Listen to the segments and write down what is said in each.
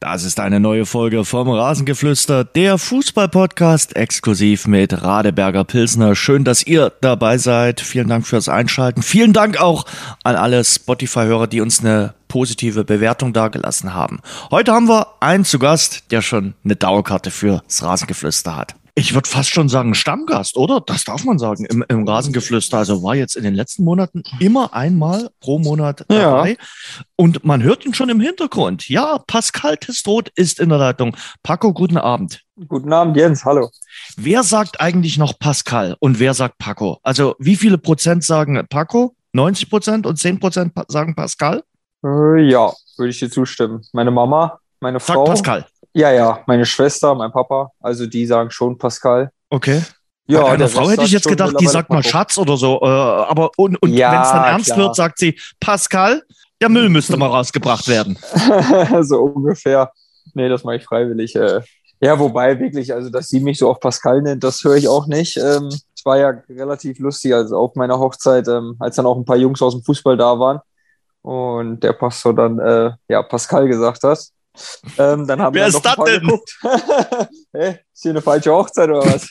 Das ist eine neue Folge vom Rasengeflüster, der Fußball-Podcast, exklusiv mit Radeberger Pilsner. Schön, dass ihr dabei seid. Vielen Dank fürs Einschalten. Vielen Dank auch an alle Spotify-Hörer, die uns eine positive Bewertung dagelassen haben. Heute haben wir einen zu Gast, der schon eine Dauerkarte fürs Rasengeflüster hat. Ich würde fast schon sagen Stammgast, oder? Das darf man sagen, im Rasengeflüster. Also war jetzt in den letzten Monaten immer einmal pro Monat dabei. Ja. Und man hört ihn schon im Hintergrund. Ja, Pascal Testroth ist in der Leitung. Paco, guten Abend. Guten Abend, Jens. Hallo. Wer sagt eigentlich noch Pascal und wer sagt Paco? Also wie viele Prozent sagen Paco? 90% und 10% sagen Pascal? Ja, würde ich dir zustimmen. Meine Mama, meine Frau. Sagt Pascal. Ja, meine Schwester, mein Papa, also die sagen schon Pascal. Okay. Ja, bei einer Frau hätte ich jetzt gedacht, die sagt mal Schatz oder so. Aber und ja, wenn es dann ernst wird, sagt sie, Pascal, der Müll müsste mal rausgebracht werden. So ungefähr. Nee, das mache ich freiwillig. Ja, wobei wirklich, also dass sie mich so auf Pascal nennt, das höre ich auch nicht. Es war ja relativ lustig, also auf meiner Hochzeit, als dann auch ein paar Jungs aus dem Fußball da waren und der Pastor dann Pascal gesagt hat. Dann haben Wer wir ist das denn? Geguckt. Hey, ist hier eine falsche Hochzeit oder was?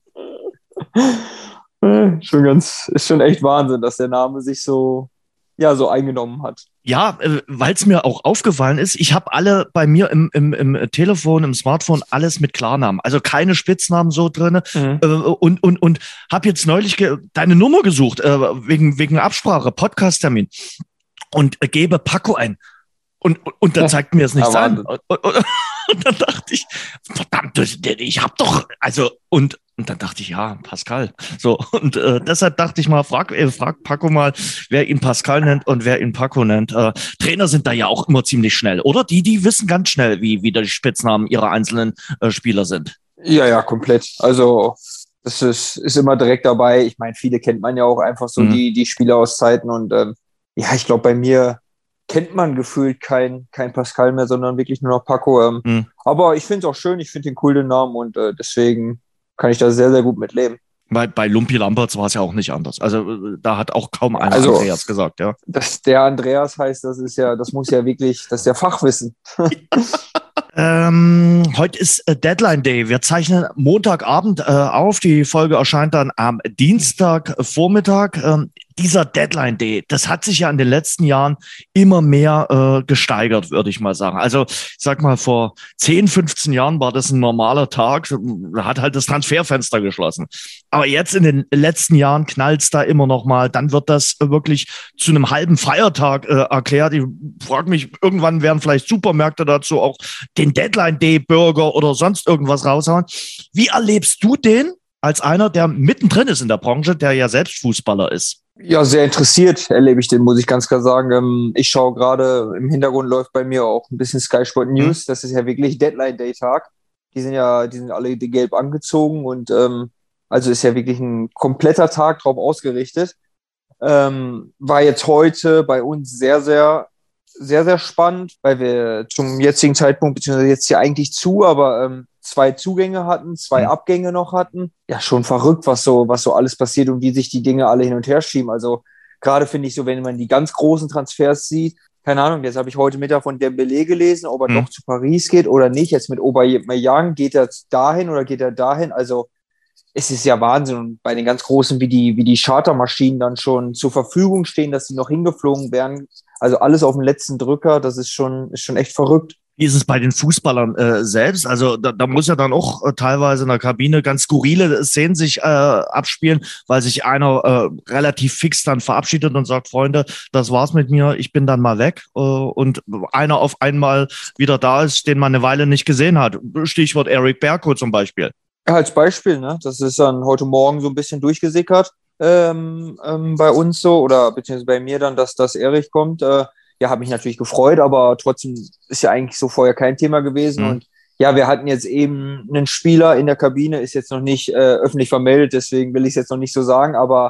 Ist schon echt Wahnsinn, dass der Name sich so eingenommen hat. Ja, weil es mir auch aufgefallen ist, ich habe alle bei mir im Telefon, im Smartphone, alles mit Klarnamen. Also keine Spitznamen so drin. Und habe jetzt neulich deine Nummer gesucht, wegen Absprache, Podcast-Termin. Und gebe Paco ein. Und dann zeigt mir es nichts an. Und dann dachte ich, verdammt, ich hab doch, und dann dachte ich, ja, Pascal. So, und deshalb dachte ich mal, frag Paco mal, wer ihn Pascal nennt und wer ihn Paco nennt. Trainer sind da ja auch immer ziemlich schnell, oder? Die wissen ganz schnell, wie die Spitznamen ihrer einzelnen Spieler sind. Ja, komplett. Also das ist immer direkt dabei. Ich meine, viele kennt man ja auch einfach so, die Spieler aus Zeiten. Und ich glaube, bei mir kennt man gefühlt kein Pascal mehr, sondern wirklich nur noch Paco. Aber ich finde es auch schön, ich finde den cool, den Namen, und deswegen kann ich da sehr, sehr gut mitleben. Bei Lumpi Lamberts war es ja auch nicht anders. Also da hat auch kaum einer Andreas gesagt, ja. Dass der Andreas heißt, das ist ja Fachwissen. Heute ist Deadline Day. Wir zeichnen Montagabend auf. Die Folge erscheint dann am Dienstagvormittag. Dieser Deadline Day, das hat sich ja in den letzten Jahren immer mehr gesteigert, würde ich mal sagen. Also ich sag mal, vor 10, 15 Jahren war das ein normaler Tag, hat halt das Transferfenster geschlossen. Aber jetzt in den letzten Jahren knallt's da immer noch mal. Dann wird das wirklich zu einem halben Feiertag erklärt. Ich frage mich, irgendwann werden vielleicht Supermärkte dazu auch den Deadline Day Burger oder sonst irgendwas raushauen. Wie erlebst du den als einer, der mittendrin ist in der Branche, der ja selbst Fußballer ist? Ja, sehr interessiert erlebe ich den, muss ich ganz klar sagen. Ich schaue gerade, im Hintergrund läuft bei mir auch ein bisschen Sky Sport News. Das ist ja wirklich Deadline Day Tag. Die sind alle gelb angezogen und also ist ja wirklich ein kompletter Tag drauf ausgerichtet. War jetzt heute bei uns sehr, sehr, sehr, sehr spannend, weil wir zum jetzigen Zeitpunkt, beziehungsweise jetzt hier eigentlich aber 2 Zugänge hatten, 2 Abgänge noch hatten. Ja, schon verrückt, was so alles passiert und wie sich die Dinge alle hin und her schieben. Also gerade finde ich so, wenn man die ganz großen Transfers sieht, keine Ahnung, jetzt habe ich heute Mittag von Dembélé gelesen, ob er doch zu Paris geht oder nicht. Jetzt mit Aubameyang, geht er dahin oder geht er dahin? Also es ist ja Wahnsinn. Und bei den ganz Großen, wie die Chartermaschinen dann schon zur Verfügung stehen, dass sie noch hingeflogen werden, also alles auf den letzten Drücker, das ist schon echt verrückt. Wie ist es bei den Fußballern selbst? Also da muss ja dann auch teilweise in der Kabine ganz skurrile Szenen sich abspielen, weil sich einer relativ fix dann verabschiedet und sagt, Freunde, das war's mit mir, ich bin dann mal weg. Und einer auf einmal wieder da ist, den man eine Weile nicht gesehen hat. Stichwort Eric Berko zum Beispiel. Ja, als Beispiel, ne? Das ist dann heute Morgen so ein bisschen durchgesickert bei uns so, oder beziehungsweise bei mir dann, dass Erich kommt. Ja, habe mich natürlich gefreut, aber trotzdem ist ja eigentlich so vorher kein Thema gewesen. Und ja, wir hatten jetzt eben einen Spieler in der Kabine, ist jetzt noch nicht öffentlich vermeldet, deswegen will ich es jetzt noch nicht so sagen, aber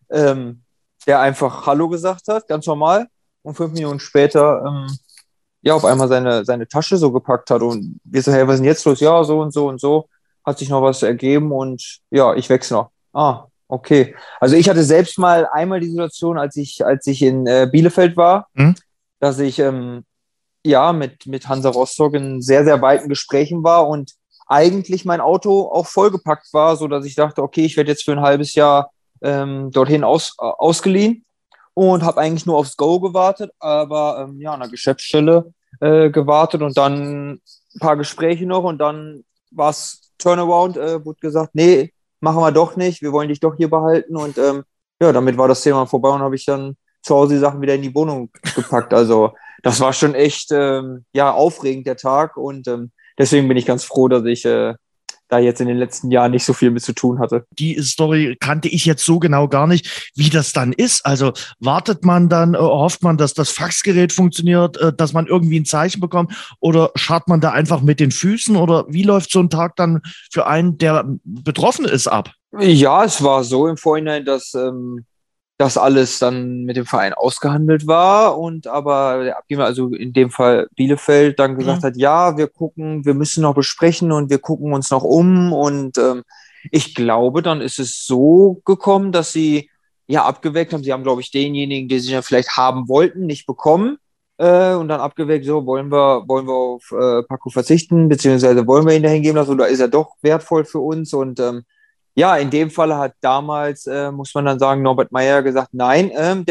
der einfach Hallo gesagt hat, ganz normal. Und 5 Minuten später auf einmal seine Tasche so gepackt hat. Und wir so, hey, was ist denn jetzt los? Ja, so und so und so. Hat sich noch was ergeben und ja, ich wechsle noch. Okay. Also ich hatte selbst einmal die Situation, als ich in Bielefeld war, dass ich ja mit Hansa Rostock in sehr, sehr weiten Gesprächen war und eigentlich mein Auto auch vollgepackt war, sodass ich dachte, okay, ich werde jetzt für ein halbes Jahr dorthin ausgeliehen und habe eigentlich nur aufs Go gewartet, aber an der Geschäftsstelle gewartet und dann ein paar Gespräche noch und dann war es Turnaround, wurde gesagt, nee, machen wir doch nicht, wir wollen dich doch hier behalten und damit war das Thema vorbei und habe ich dann zu Hause die Sachen wieder in die Wohnung gepackt. Also das war schon echt aufregend, der Tag und deswegen bin ich ganz froh, dass ich da jetzt in den letzten Jahren nicht so viel mit zu tun hatte. Die Story kannte ich jetzt so genau gar nicht, wie das dann ist. Also wartet man dann, hofft man, dass das Faxgerät funktioniert, dass man irgendwie ein Zeichen bekommt oder schaut man da einfach mit den Füßen oder wie läuft so ein Tag dann für einen, der betroffen ist, ab? Ja, es war so im Vorhinein, dass das alles dann mit dem Verein ausgehandelt war und aber der Abgeber, also in dem Fall Bielefeld, dann gesagt hat, ja, wir gucken, wir müssen noch besprechen und wir gucken uns noch um und ich glaube, dann ist es so gekommen, dass sie ja abgewägt haben. Sie haben, glaube ich, denjenigen, den sie ja vielleicht haben wollten, nicht bekommen und dann abgewägt, so wollen wir auf Paco verzichten, beziehungsweise wollen wir ihn dahin geben lassen oder ist er doch wertvoll für uns und ja, in dem Fall hat damals, muss man dann sagen, Norbert Meyer gesagt, nein,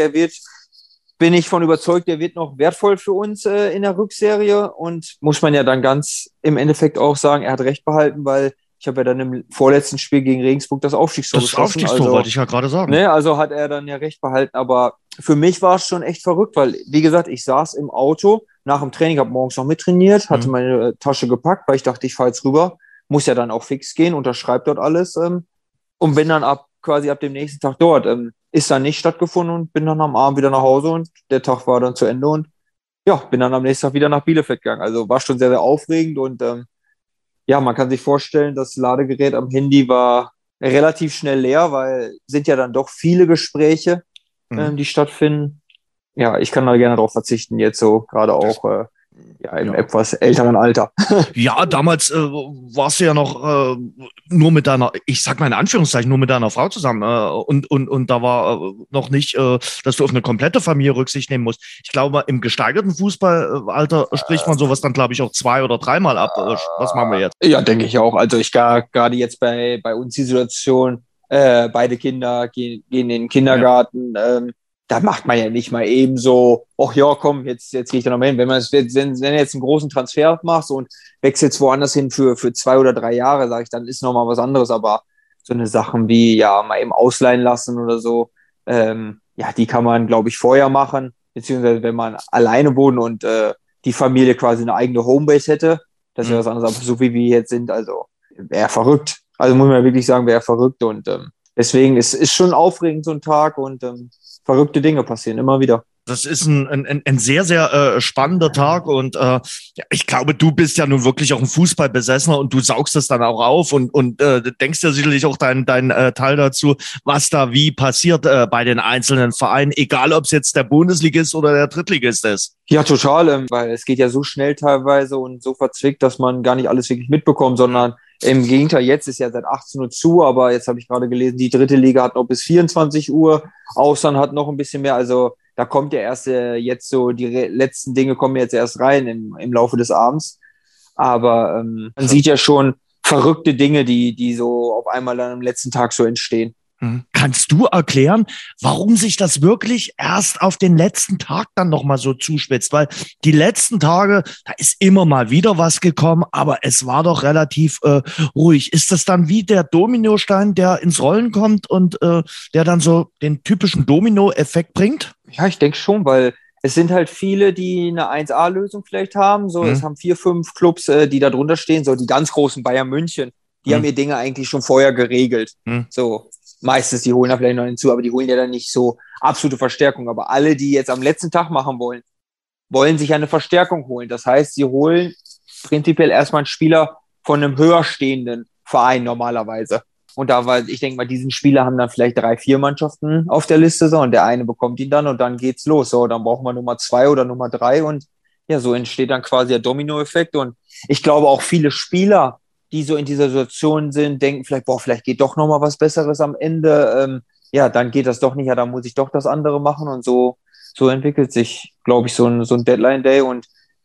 bin ich von überzeugt, der wird noch wertvoll für uns in der Rückserie und muss man ja dann ganz im Endeffekt auch sagen, er hat recht behalten, weil ich habe ja dann im vorletzten Spiel gegen Regensburg das Aufstiegstor Das geschossen. Aufstiegstor wollte ich ja gerade sagen. Ne, also hat er dann ja recht behalten, aber für mich war es schon echt verrückt, weil, wie gesagt, ich saß im Auto nach dem Training, habe morgens noch mittrainiert, hatte meine Tasche gepackt, weil ich dachte, ich fahre jetzt rüber, muss ja dann auch fix gehen, unterschreibt dort alles und bin dann quasi ab dem nächsten Tag dort. Ist dann nicht stattgefunden und bin dann am Abend wieder nach Hause und der Tag war dann zu Ende und ja, bin dann am nächsten Tag wieder nach Bielefeld gegangen. Also war schon sehr, sehr aufregend und man kann sich vorstellen, das Ladegerät am Handy war relativ schnell leer, weil sind ja dann doch viele Gespräche, die stattfinden. Ja, ich kann da gerne darauf verzichten, jetzt so gerade auch im etwas älteren Alter. Ja, damals warst du ja noch nur mit deiner, ich sag mal in Anführungszeichen, nur mit deiner Frau zusammen und da war noch nicht, dass du auf eine komplette Familie Rücksicht nehmen musst. Ich glaube, im gesteigerten Fußballalter spricht man sowas dann, glaube ich, auch 2- oder 3-mal ab. Was machen wir jetzt? Ja, denke ich auch. Also ich gerade jetzt bei uns die Situation, beide Kinder gehen in den Kindergarten, da macht man ja nicht mal eben so, ach ja, komm, jetzt gehe ich da noch mal hin. Wenn du jetzt einen großen Transfer machst und wechselst woanders hin für 2 oder 3 Jahre, sage ich, dann ist noch mal was anderes. Aber so eine Sachen wie, ja, mal eben ausleihen lassen oder so, die kann man, glaube ich, vorher machen. Beziehungsweise wenn man alleine wohnt und die Familie quasi eine eigene Homebase hätte, das wäre was anderes. Aber so wie wir jetzt sind, also wäre verrückt. Also muss man wirklich sagen, wäre verrückt. Und deswegen ist schon aufregend so ein Tag und verrückte Dinge passieren immer wieder. Das ist ein sehr, sehr spannender Tag und ich glaube, du bist ja nun wirklich auch ein Fußballbesessener und du saugst das dann auch auf und denkst dir sicherlich auch dein Teil dazu, was da wie passiert bei den einzelnen Vereinen, egal ob es jetzt der Bundesligist oder der Drittligist ist. Ja, total, weil es geht ja so schnell teilweise und so verzwickt, dass man gar nicht alles wirklich mitbekommt, sondern im Gegenteil, jetzt ist ja seit 18 Uhr zu, aber jetzt habe ich gerade gelesen, die dritte Liga hat noch bis 24 Uhr, Ausland hat noch ein bisschen mehr, also da kommt ja erst jetzt so, die letzten Dinge kommen jetzt erst rein im Laufe des Abends. Aber man sieht ja schon verrückte Dinge, die so auf einmal dann am letzten Tag so entstehen. Kannst du erklären, warum sich das wirklich erst auf den letzten Tag dann nochmal so zuspitzt? Weil die letzten Tage, da ist immer mal wieder was gekommen, aber es war doch relativ ruhig. Ist das dann wie der Dominostein, der ins Rollen kommt und der dann so den typischen Domino-Effekt bringt? Ja, ich denke schon, weil es sind halt viele, die eine 1A-Lösung vielleicht haben. So, es haben 4, 5 Clubs, die da drunter stehen, so die ganz großen Bayern München, die haben ihr Dinge eigentlich schon vorher geregelt. So, meistens, die holen da vielleicht noch hinzu, aber die holen ja dann nicht so absolute Verstärkung. Aber alle, die jetzt am letzten Tag machen wollen sich eine Verstärkung holen. Das heißt, sie holen prinzipiell erstmal einen Spieler von einem höher stehenden Verein normalerweise. Und ich denke mal, diesen Spieler haben dann vielleicht 3, 4 Mannschaften auf der Liste so und der eine bekommt ihn dann und dann geht's los. So, dann brauchen wir Nummer 2 oder Nummer 3 und ja, so entsteht dann quasi der Dominoeffekt. Und ich glaube auch viele Spieler, die so in dieser Situation sind, denken vielleicht, vielleicht geht doch nochmal was Besseres am Ende. Dann geht das doch nicht, ja, dann muss ich doch das andere machen und so entwickelt sich, glaube ich, so ein Deadline-Day und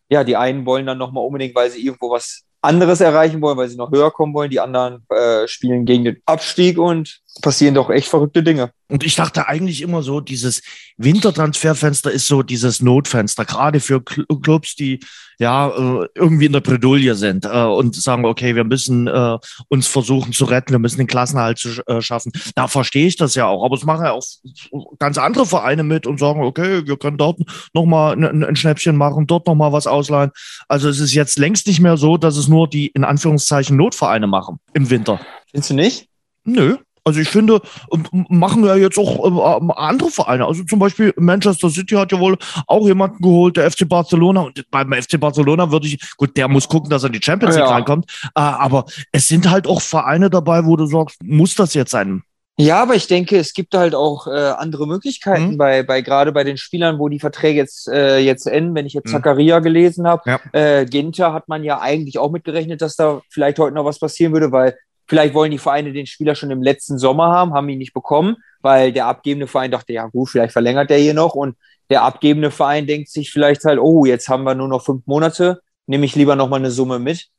ja, die einen wollen dann nochmal unbedingt, weil sie irgendwo was anderes erreichen wollen, weil sie noch höher kommen wollen. Die anderen spielen gegen den Abstieg und passieren doch echt verrückte Dinge. Und ich dachte eigentlich immer so, dieses Wintertransferfenster ist so dieses Notfenster, gerade für Clubs, die ja irgendwie in der Bredouille sind und sagen, okay, wir müssen uns versuchen zu retten, wir müssen den Klassenerhalt schaffen. Da verstehe ich das ja auch. Aber es machen ja auch ganz andere Vereine mit und sagen, okay, wir können dort nochmal ein Schnäppchen machen, dort nochmal was ausleihen. Also es ist jetzt längst nicht mehr so, dass es nur die in Anführungszeichen Notvereine machen im Winter. Findest du nicht? Nö. Also ich finde, machen ja jetzt auch andere Vereine. Also zum Beispiel Manchester City hat ja wohl auch jemanden geholt, der FC Barcelona. Und beim FC Barcelona würde ich, gut, der muss gucken, dass er in die Champions League reinkommt. Aber es sind halt auch Vereine dabei, wo du sagst, muss das jetzt sein? Ja, aber ich denke, es gibt halt auch andere Möglichkeiten gerade bei den Spielern, wo die Verträge jetzt enden. Wenn ich jetzt Zakaria gelesen habe, Ginter hat man ja eigentlich auch mitgerechnet, dass da vielleicht heute noch was passieren würde, weil vielleicht wollen die Vereine den Spieler schon im letzten Sommer haben ihn nicht bekommen, weil der abgebende Verein dachte, ja gut, vielleicht verlängert der hier noch und der abgebende Verein denkt sich vielleicht halt, oh, jetzt haben wir nur noch 5 Monate, nehme ich lieber nochmal eine Summe mit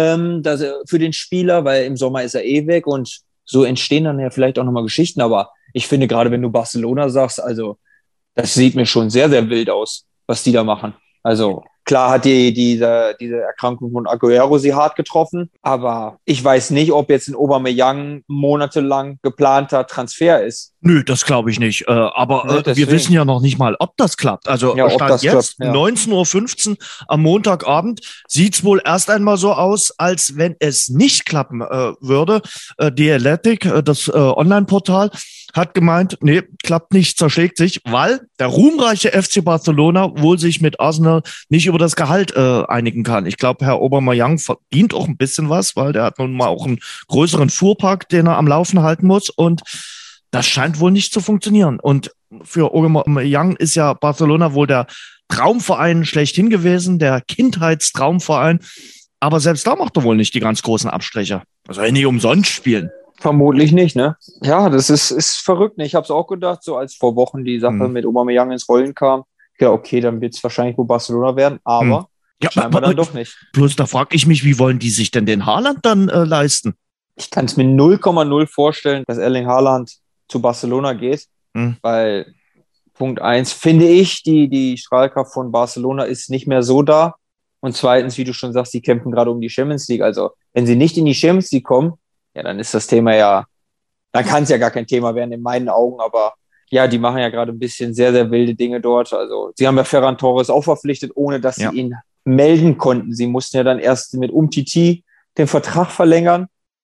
für den Spieler, weil im Sommer ist er eh weg und so entstehen dann ja vielleicht auch nochmal Geschichten, aber ich finde gerade, wenn du Barcelona sagst, also das sieht mir schon sehr, sehr wild aus, was die da machen. Also klar hat diese Erkrankung von Agüero sie hart getroffen, aber ich weiß nicht, ob jetzt ein Aubameyang monatelang geplanter Transfer ist. Nö, das glaube ich nicht. Aber wir wissen ja noch nicht mal, ob das klappt. Also ja, Stand jetzt, klappt, ja. 19.15 Uhr am Montagabend, sieht es wohl erst einmal so aus, als wenn es nicht klappen würde. The Athletic, das Online-Portal, hat gemeint, nee, klappt nicht, zerschlägt sich, weil der ruhmreiche FC Barcelona wohl sich mit Arsenal nicht über das Gehalt einigen kann. Ich glaube, Herr Aubameyang verdient auch ein bisschen was, weil der hat nun mal auch einen größeren Fuhrpark, den er am Laufen halten muss und das scheint wohl nicht zu funktionieren. Und für Aubameyang ist ja Barcelona wohl der Traumverein schlechthin gewesen, der Kindheitstraumverein. Aber selbst da macht er wohl nicht die ganz großen Abstriche. Also nicht umsonst spielen. Vermutlich nicht, ne? Ja, das ist verrückt. Ne? Ich habe es auch gedacht, so als vor Wochen die Sache mit Aubameyang ins Rollen kam. Ja, okay, dann wird es wahrscheinlich wohl Barcelona werden, aber scheinbar dann doch nicht. Bloß da frage ich mich, wie wollen die sich denn den Haaland dann leisten? Ich kann es mir 0,0 vorstellen, dass Erling Haaland zu Barcelona geht, weil Punkt 1, finde ich, die Strahlkraft von Barcelona ist nicht mehr so da. Und zweitens, wie du schon sagst, die kämpfen gerade um die Champions League. Also, wenn sie nicht in die Champions League kommen, ja, dann ist das Thema dann kann es ja gar kein Thema werden in meinen Augen, aber ja, die machen ja gerade ein bisschen sehr, sehr wilde Dinge dort. Also, sie haben ja Ferran Torres auch verpflichtet, ohne dass sie ihn melden konnten. Sie mussten ja dann erst mit Umtiti den Vertrag verlängern,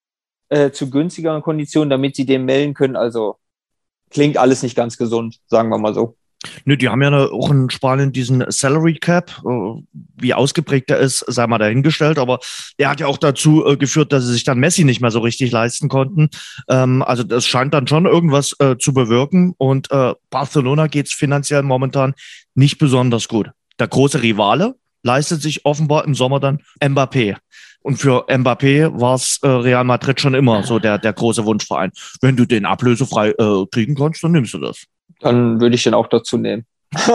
zu günstigeren Konditionen, damit sie den melden können. Also, klingt alles nicht ganz gesund, sagen wir mal so. Nö, die haben ja auch in Spanien diesen Salary Cap, wie ausgeprägt er ist, sei mal dahingestellt, aber der hat ja auch dazu geführt, dass sie sich dann Messi nicht mehr so richtig leisten konnten. Also das scheint dann schon irgendwas zu bewirken und Barcelona geht es finanziell momentan nicht besonders gut. Der große Rivale leistet sich offenbar im Sommer dann Mbappé. Und für Mbappé war es Real Madrid schon immer so der große Wunschverein. Wenn du den ablösefrei kriegen kannst, dann nimmst du das. Dann würde ich den auch dazu nehmen.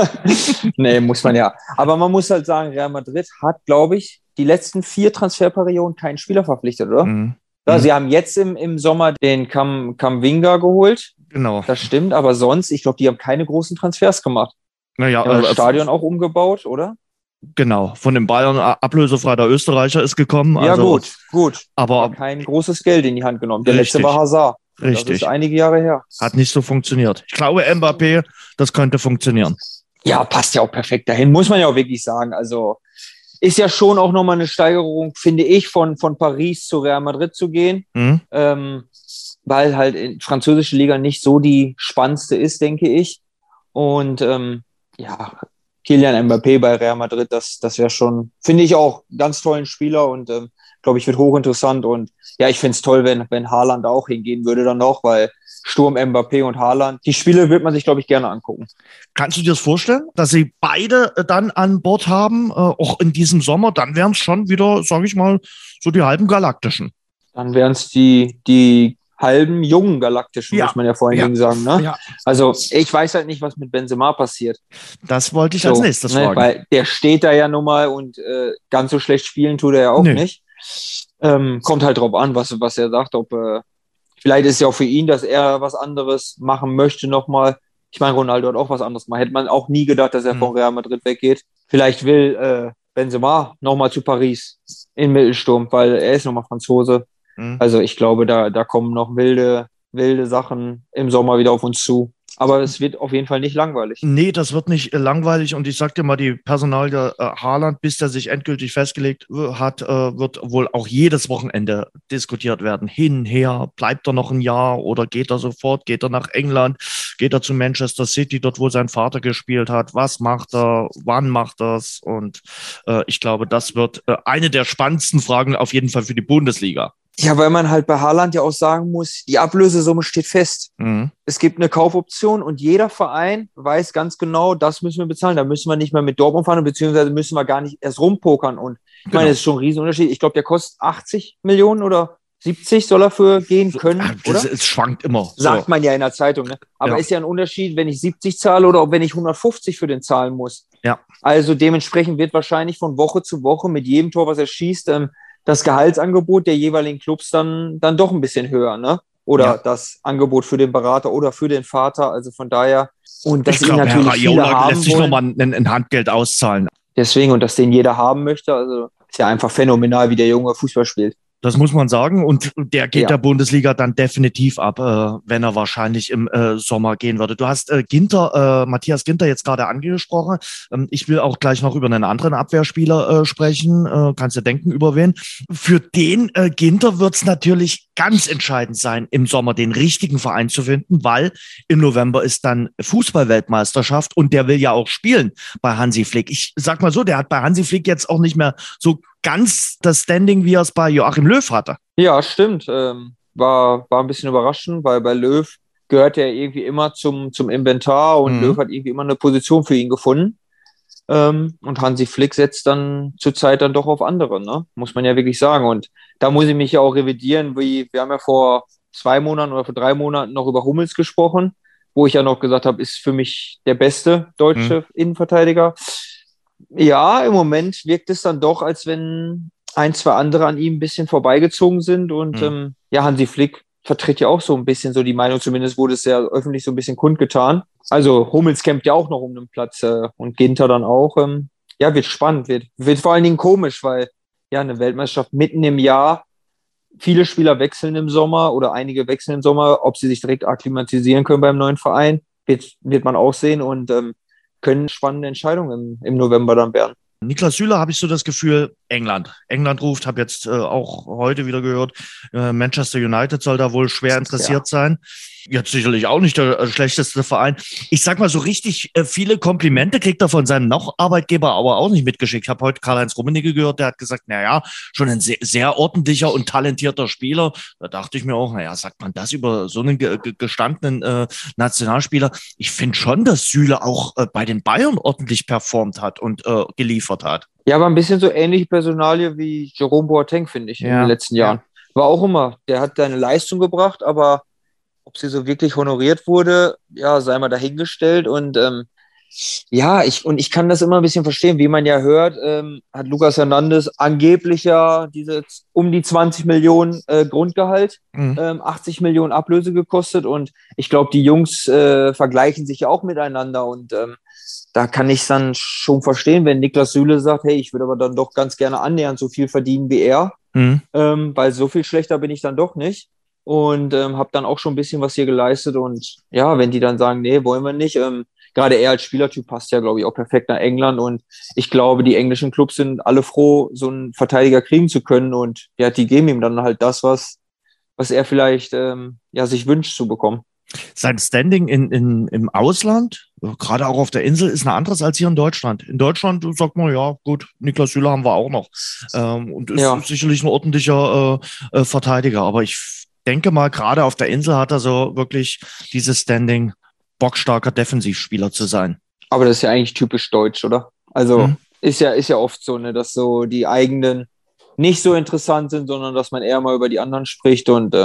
Nee, muss man ja. Aber man muss halt sagen, Real Madrid hat, glaube ich, die letzten 4 Transferperioden keinen Spieler verpflichtet, oder? Ja, sie haben jetzt im Sommer den Camavinga geholt. Genau. Das stimmt, aber sonst, ich glaube, die haben keine großen Transfers gemacht. Naja, das Stadion auch umgebaut, oder? Genau, von den Bayern ablösefrei der Österreicher ist gekommen. Ja, also, gut. Aber kein großes Geld in die Hand genommen. Der richtig, letzte war Hazard. Richtig. Das ist einige Jahre her. Hat nicht so funktioniert. Ich glaube, Mbappé, das könnte funktionieren. Ja, passt ja auch perfekt dahin, muss man ja auch wirklich sagen. Also ist ja schon auch nochmal eine Steigerung, finde ich, von Paris zu Real Madrid zu gehen, weil halt in französische Liga nicht so die spannendste ist, denke ich. Und Kylian Mbappé bei Real Madrid, das wäre schon, finde ich auch, ganz tollen Spieler und glaube ich, wird hochinteressant. Und ja, ich finde es toll, wenn Haaland auch hingehen würde dann noch, weil Sturm, Mbappé und Haaland, die Spiele wird man sich, glaube ich, gerne angucken. Kannst du dir das vorstellen, dass sie beide dann an Bord haben, auch in diesem Sommer? Dann wären es schon wieder, sage ich mal, so die halben Galaktischen. Dann wären es die halben jungen Galaktischen, muss man ja vor allen Dingen sagen. Ne? Ja. Also ich weiß halt nicht, was mit Benzema passiert. Das wollte ich als nächstes fragen. Weil der steht da ja nun mal und ganz so schlecht spielen tut er ja auch nicht. Kommt halt drauf an, was er sagt. Vielleicht ist es ja auch für ihn, dass er was anderes machen möchte nochmal. Ich meine, Ronaldo hat auch was anderes gemacht. Hätte man auch nie gedacht, dass er von Real Madrid weggeht. Vielleicht will Benzema nochmal zu Paris in Mittelsturm, weil er ist nochmal Franzose. Also ich glaube, da kommen noch wilde Sachen im Sommer wieder auf uns zu. Aber es wird auf jeden Fall nicht langweilig. Nee, das wird nicht langweilig. Und ich sag dir mal, die Personalie Haaland, bis der sich endgültig festgelegt hat, wird wohl auch jedes Wochenende diskutiert werden. Hin, her, bleibt er noch ein Jahr oder geht er sofort? Geht er nach England? Geht er zu Manchester City, dort wo sein Vater gespielt hat? Was macht er? Wann macht er es? Und ich glaube, das wird eine der spannendsten Fragen auf jeden Fall für die Bundesliga. Ja, weil man halt bei Haaland ja auch sagen muss, die Ablösesumme steht fest. Es gibt eine Kaufoption und jeder Verein weiß ganz genau, das müssen wir bezahlen. Da müssen wir nicht mehr mit Dortmund fahren, beziehungsweise müssen wir gar nicht erst rumpokern. Und ich meine, das ist schon ein Riesenunterschied. Ich glaube, der kostet 80 Millionen oder 70 soll er für gehen können, oder? Es schwankt immer. Sagt man ja in der Zeitung. Ne? Aber ist ja ein Unterschied, wenn ich 70 zahle oder ob wenn ich 150 für den zahlen muss. Ja. Also dementsprechend wird wahrscheinlich von Woche zu Woche mit jedem Tor, was er schießt, das Gehaltsangebot der jeweiligen Clubs dann doch ein bisschen höher, ne? Oder das Angebot für den Berater oder für den Vater. Also von daher. Und dass ich glaube, natürlich Herr Raiola lässt sich wollen. nochmal ein Handgeld auszahlen. Deswegen, und dass den jeder haben möchte, also ist ja einfach phänomenal, wie der Junge Fußball spielt. Das muss man sagen. Und der geht der Bundesliga dann definitiv ab, wenn er wahrscheinlich im Sommer gehen würde. Du hast Matthias Ginter jetzt gerade angesprochen. Ich will auch gleich noch über einen anderen Abwehrspieler sprechen. Kannst du denken, über wen? Für den Ginter wird es natürlich ganz entscheidend sein, im Sommer den richtigen Verein zu finden, weil im November ist dann Fußball-Weltmeisterschaft und der will ja auch spielen bei Hansi Flick. Ich sag mal so, der hat bei Hansi Flick jetzt auch nicht mehr so ganz das Standing, wie er es bei Joachim Löw hatte. Ja, stimmt. War ein bisschen überraschend, weil bei Löw gehört er irgendwie immer zum Inventar und Löw hat irgendwie immer eine Position für ihn gefunden. Und Hansi Flick setzt dann zurzeit dann doch auf andere, ne? Muss man ja wirklich sagen. Und da muss ich mich ja auch revidieren, wir haben ja vor 2 Monaten oder vor 3 Monaten noch über Hummels gesprochen, wo ich ja noch gesagt habe, ist für mich der beste deutsche Innenverteidiger. Ja, im Moment wirkt es dann doch, als wenn 1, 2 andere an ihm ein bisschen vorbeigezogen sind. Und Hansi Flick vertritt ja auch so ein bisschen so die Meinung, zumindest wurde es ja öffentlich so ein bisschen kundgetan. Also Hummels kämpft ja auch noch um den Platz und Ginter dann auch. Wird spannend, wird vor allen Dingen komisch, weil ja eine Weltmeisterschaft mitten im Jahr, viele Spieler wechseln im Sommer oder einige wechseln im Sommer, ob sie sich direkt akklimatisieren können beim neuen Verein, wird man auch sehen und können spannende Entscheidungen im November dann werden. Niklas Süle, habe ich so das Gefühl, England ruft, habe jetzt auch heute wieder gehört, Manchester United soll da wohl schwer interessiert sein. Jetzt sicherlich auch nicht der schlechteste Verein. Ich sag mal, so richtig viele Komplimente kriegt er von seinem Arbeitgeber aber auch nicht mitgeschickt. Ich habe heute Karl-Heinz Rummenigge gehört, der hat gesagt, schon ein sehr, sehr ordentlicher und talentierter Spieler. Da dachte ich mir auch, sagt man das über so einen gestandenen Nationalspieler? Ich finde schon, dass Süle auch bei den Bayern ordentlich performt hat und geliefert hat. Ja, aber ein bisschen so ähnliche Personalie wie Jerome Boateng, finde ich, in den letzten Jahren. War auch immer, der hat seine Leistung gebracht, aber ob sie so wirklich honoriert wurde, sei mal dahingestellt. Und ich kann das immer ein bisschen verstehen, wie man ja hört, hat Lucas Hernandez angeblich diese um die 20 Millionen Grundgehalt, 80 Millionen Ablöse gekostet. Und ich glaube, die Jungs vergleichen sich ja auch miteinander. Und da kann ich es dann schon verstehen, wenn Niklas Süle sagt, hey, ich würde aber dann doch ganz gerne annähernd so viel verdienen wie er, weil so viel schlechter bin ich dann doch nicht. Und habe dann auch schon ein bisschen was hier geleistet. Und wenn die dann sagen, nee, wollen wir nicht. Gerade er als Spielertyp passt ja, glaube ich, auch perfekt nach England. Und ich glaube, die englischen Clubs sind alle froh, so einen Verteidiger kriegen zu können. Und die geben ihm dann halt das, was er vielleicht sich wünscht zu bekommen. Sein Standing im Ausland, gerade auch auf der Insel, ist ein anderes als hier in Deutschland. In Deutschland sagt man, ja gut, Niklas Süle haben wir auch noch. Und ist sicherlich ein ordentlicher Verteidiger. Aber ich denke mal, gerade auf der Insel hat er so wirklich dieses Standing, bockstarker Defensivspieler zu sein. Aber das ist ja eigentlich typisch deutsch, oder? Also ist ja oft so, ne, dass so die eigenen nicht so interessant sind, sondern dass man eher mal über die anderen spricht. Und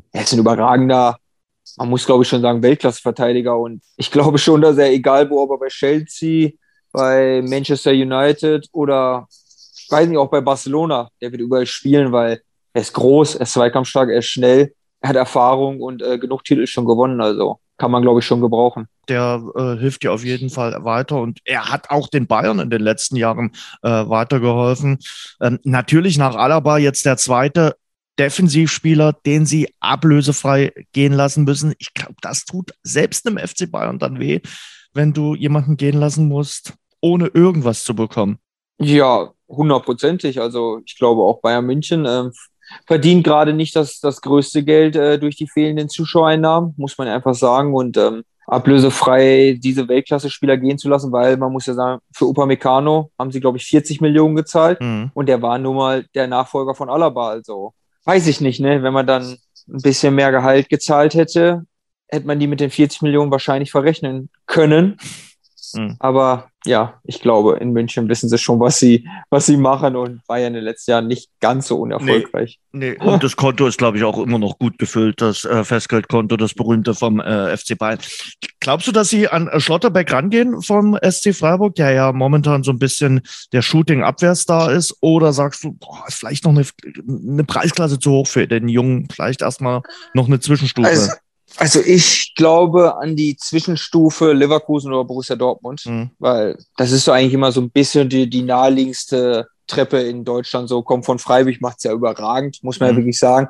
er ist ein überragender, man muss glaube ich schon sagen, Weltklasse-Verteidiger und ich glaube schon, dass er, egal wo, ob er bei Chelsea, bei Manchester United oder ich weiß nicht, auch bei Barcelona, der wird überall spielen, weil er ist groß, er ist zweikampfstark, er ist schnell, er hat Erfahrung und genug Titel schon gewonnen, also kann man glaube ich schon gebrauchen. Der hilft dir auf jeden Fall weiter und er hat auch den Bayern in den letzten Jahren weitergeholfen. Natürlich nach Alaba jetzt der zweite Defensivspieler, den sie ablösefrei gehen lassen müssen. Ich glaube, das tut selbst im FC Bayern dann weh, wenn du jemanden gehen lassen musst, ohne irgendwas zu bekommen. Ja, hundertprozentig. Also ich glaube auch Bayern München verdient gerade nicht das größte Geld durch die fehlenden Zuschauereinnahmen, muss man einfach sagen. Und ablösefrei diese Weltklasse-Spieler gehen zu lassen, weil man muss ja sagen, für Upamecano haben sie, glaube ich, 40 Millionen gezahlt Mhm. und der war nun mal der Nachfolger von Alaba. Also weiß ich nicht, ne? Wenn man dann ein bisschen mehr Gehalt gezahlt hätte, hätte man die mit den 40 Millionen wahrscheinlich verrechnen können. Mhm. Aber ja, ich glaube, in München wissen sie schon, was sie machen und war ja in den letzten Jahren nicht ganz so Nee, unerfolgreich. nee. Und das Konto ist, glaube ich, auch immer noch gut gefüllt, das Festgeldkonto, das berühmte vom FC Bayern. Glaubst du, dass sie an Schlotterbeck rangehen vom SC Freiburg, der ja momentan so ein bisschen der Shooting-Abwehrstar ist? Oder sagst du, boah, ist vielleicht noch eine Preisklasse zu hoch für den Jungen, vielleicht erstmal noch eine Also, Zwischenstufe? also ich glaube an die Zwischenstufe Leverkusen oder Borussia Dortmund, Hm. weil das ist so eigentlich immer so ein bisschen die naheliegendste Treppe in Deutschland. So kommt von Freiburg, macht es ja überragend, muss man ja Hm. wirklich sagen.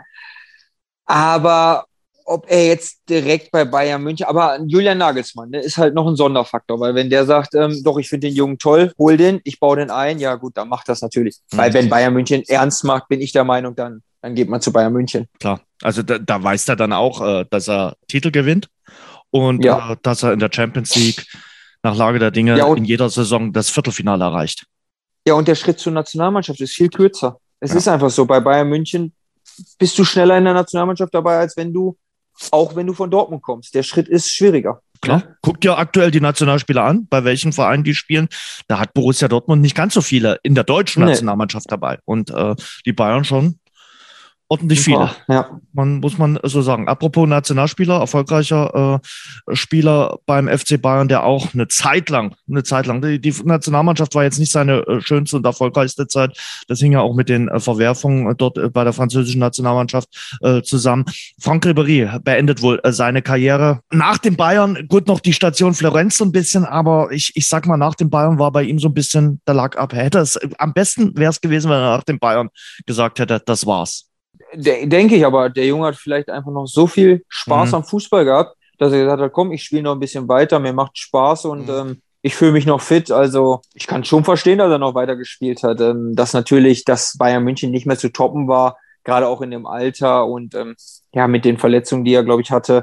Aber ob er jetzt direkt bei Bayern München, aber Julian Nagelsmann, der ist halt noch ein Sonderfaktor, weil wenn der sagt, doch, ich finde den Jungen toll, hol den, ich baue den ein, ja gut, dann macht das natürlich. Weil Hm. wenn Bayern München ernst macht, bin ich der Meinung, dann geht man zu Bayern München. Klar. Also da weiß er dann auch, dass er Titel gewinnt und Ja. dass er in der Champions League nach Lage der Ja, Dinge in und jeder Saison das Viertelfinale erreicht. Ja, und der Schritt zur Nationalmannschaft ist viel kürzer. Es Ja. ist einfach so, bei Bayern München bist du schneller in der Nationalmannschaft dabei, als auch wenn du von Dortmund kommst. Der Schritt ist schwieriger. Klar, Ne? guck dir aktuell die Nationalspieler an, bei welchen Vereinen die spielen. Da hat Borussia Dortmund nicht ganz so viele in der deutschen Nee, Nationalmannschaft dabei und die Bayern schon ordentlich ein viele. paar. Ja. Muss man so sagen. Apropos Nationalspieler, erfolgreicher Spieler beim FC Bayern, der auch eine Zeit lang, die Nationalmannschaft war jetzt nicht seine schönste und erfolgreichste Zeit. Das hing ja auch mit den Verwerfungen dort bei der französischen Nationalmannschaft zusammen. Franck Ribéry beendet wohl seine Karriere nach dem Bayern. Gut, noch die Station Florenz so ein bisschen, aber ich sag mal, nach dem Bayern war bei ihm so ein bisschen der Lack ab. Am besten wäre es gewesen, wenn er nach dem Bayern gesagt hätte, das war's. Denke ich, aber der Junge hat vielleicht einfach noch so viel Spaß Mhm. am Fußball gehabt, dass er gesagt hat, komm, ich spiele noch ein bisschen weiter, mir macht Spaß und Mhm. ich fühle mich noch fit. Also ich kann schon verstehen, dass er noch weiter gespielt hat. Dass natürlich das Bayern München nicht mehr zu toppen war, gerade auch in dem Alter und ja, mit den Verletzungen, die er, glaube ich, hatte,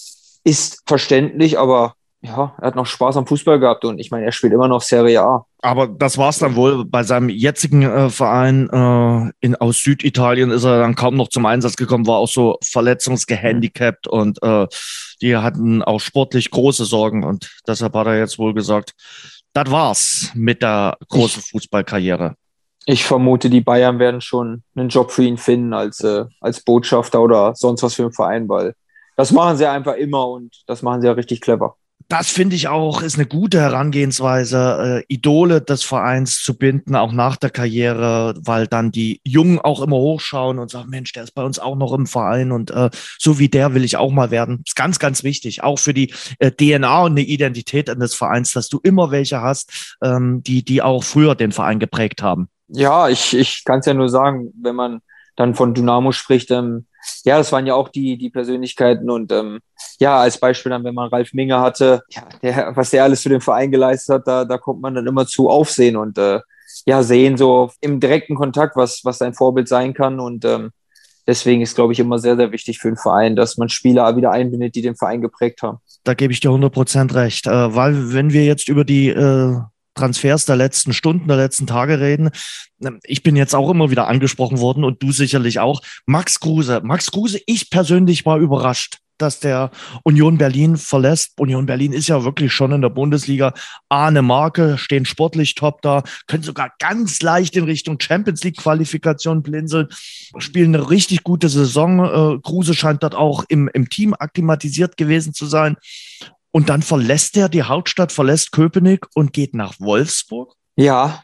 ist verständlich, aber ja, er hat noch Spaß am Fußball gehabt und ich meine, er spielt immer noch Serie A. Aber das war es dann wohl. Bei seinem jetzigen Verein aus Süditalien ist er dann kaum noch zum Einsatz gekommen, war auch so verletzungsgehandicapt und die hatten auch sportlich große Sorgen und deshalb hat er jetzt wohl gesagt, das war's mit der großen Fußballkarriere. Ich vermute, die Bayern werden schon einen Job für ihn finden als Botschafter oder sonst was für einen Verein, weil das machen sie einfach immer und das machen sie ja richtig clever. Das finde ich auch, ist eine gute Herangehensweise, Idole des Vereins zu binden, auch nach der Karriere, weil dann die Jungen auch immer hochschauen und sagen, Mensch, der ist bei uns auch noch im Verein und so wie der will ich auch mal werden. Ist ganz, ganz wichtig, auch für die DNA und eine Identität eines Vereins, dass du immer welche hast, die auch früher den Verein geprägt haben. Ja, ich kann es ja nur sagen, wenn man dann von Dynamo spricht, ja, das waren ja auch die Persönlichkeiten und ja, als Beispiel dann, wenn man Ralf Minge hatte, ja, was der alles für den Verein geleistet hat, da kommt man dann immer zu Aufsehen und ja, sehen so im direkten Kontakt, was sein Vorbild sein kann und deswegen ist, glaube ich, immer sehr, sehr wichtig für den Verein, dass man Spieler wieder einbindet, die den Verein geprägt haben. Da gebe ich dir 100% recht, weil wenn wir jetzt über die Transfers der letzten Stunden, der letzten Tage reden. Ich bin jetzt auch immer wieder angesprochen worden und du sicherlich auch. Max Kruse, ich persönlich war überrascht. dass der Union Berlin verlässt. Union Berlin ist ja wirklich schon in der Bundesliga eine Marke, stehen sportlich top da, können sogar ganz leicht in Richtung Champions League Qualifikation blinzeln, spielen eine richtig gute Saison. Kruse scheint dort auch im Team akklimatisiert gewesen zu sein. Und dann verlässt er die Hauptstadt, verlässt Köpenick und geht nach Wolfsburg. Ja,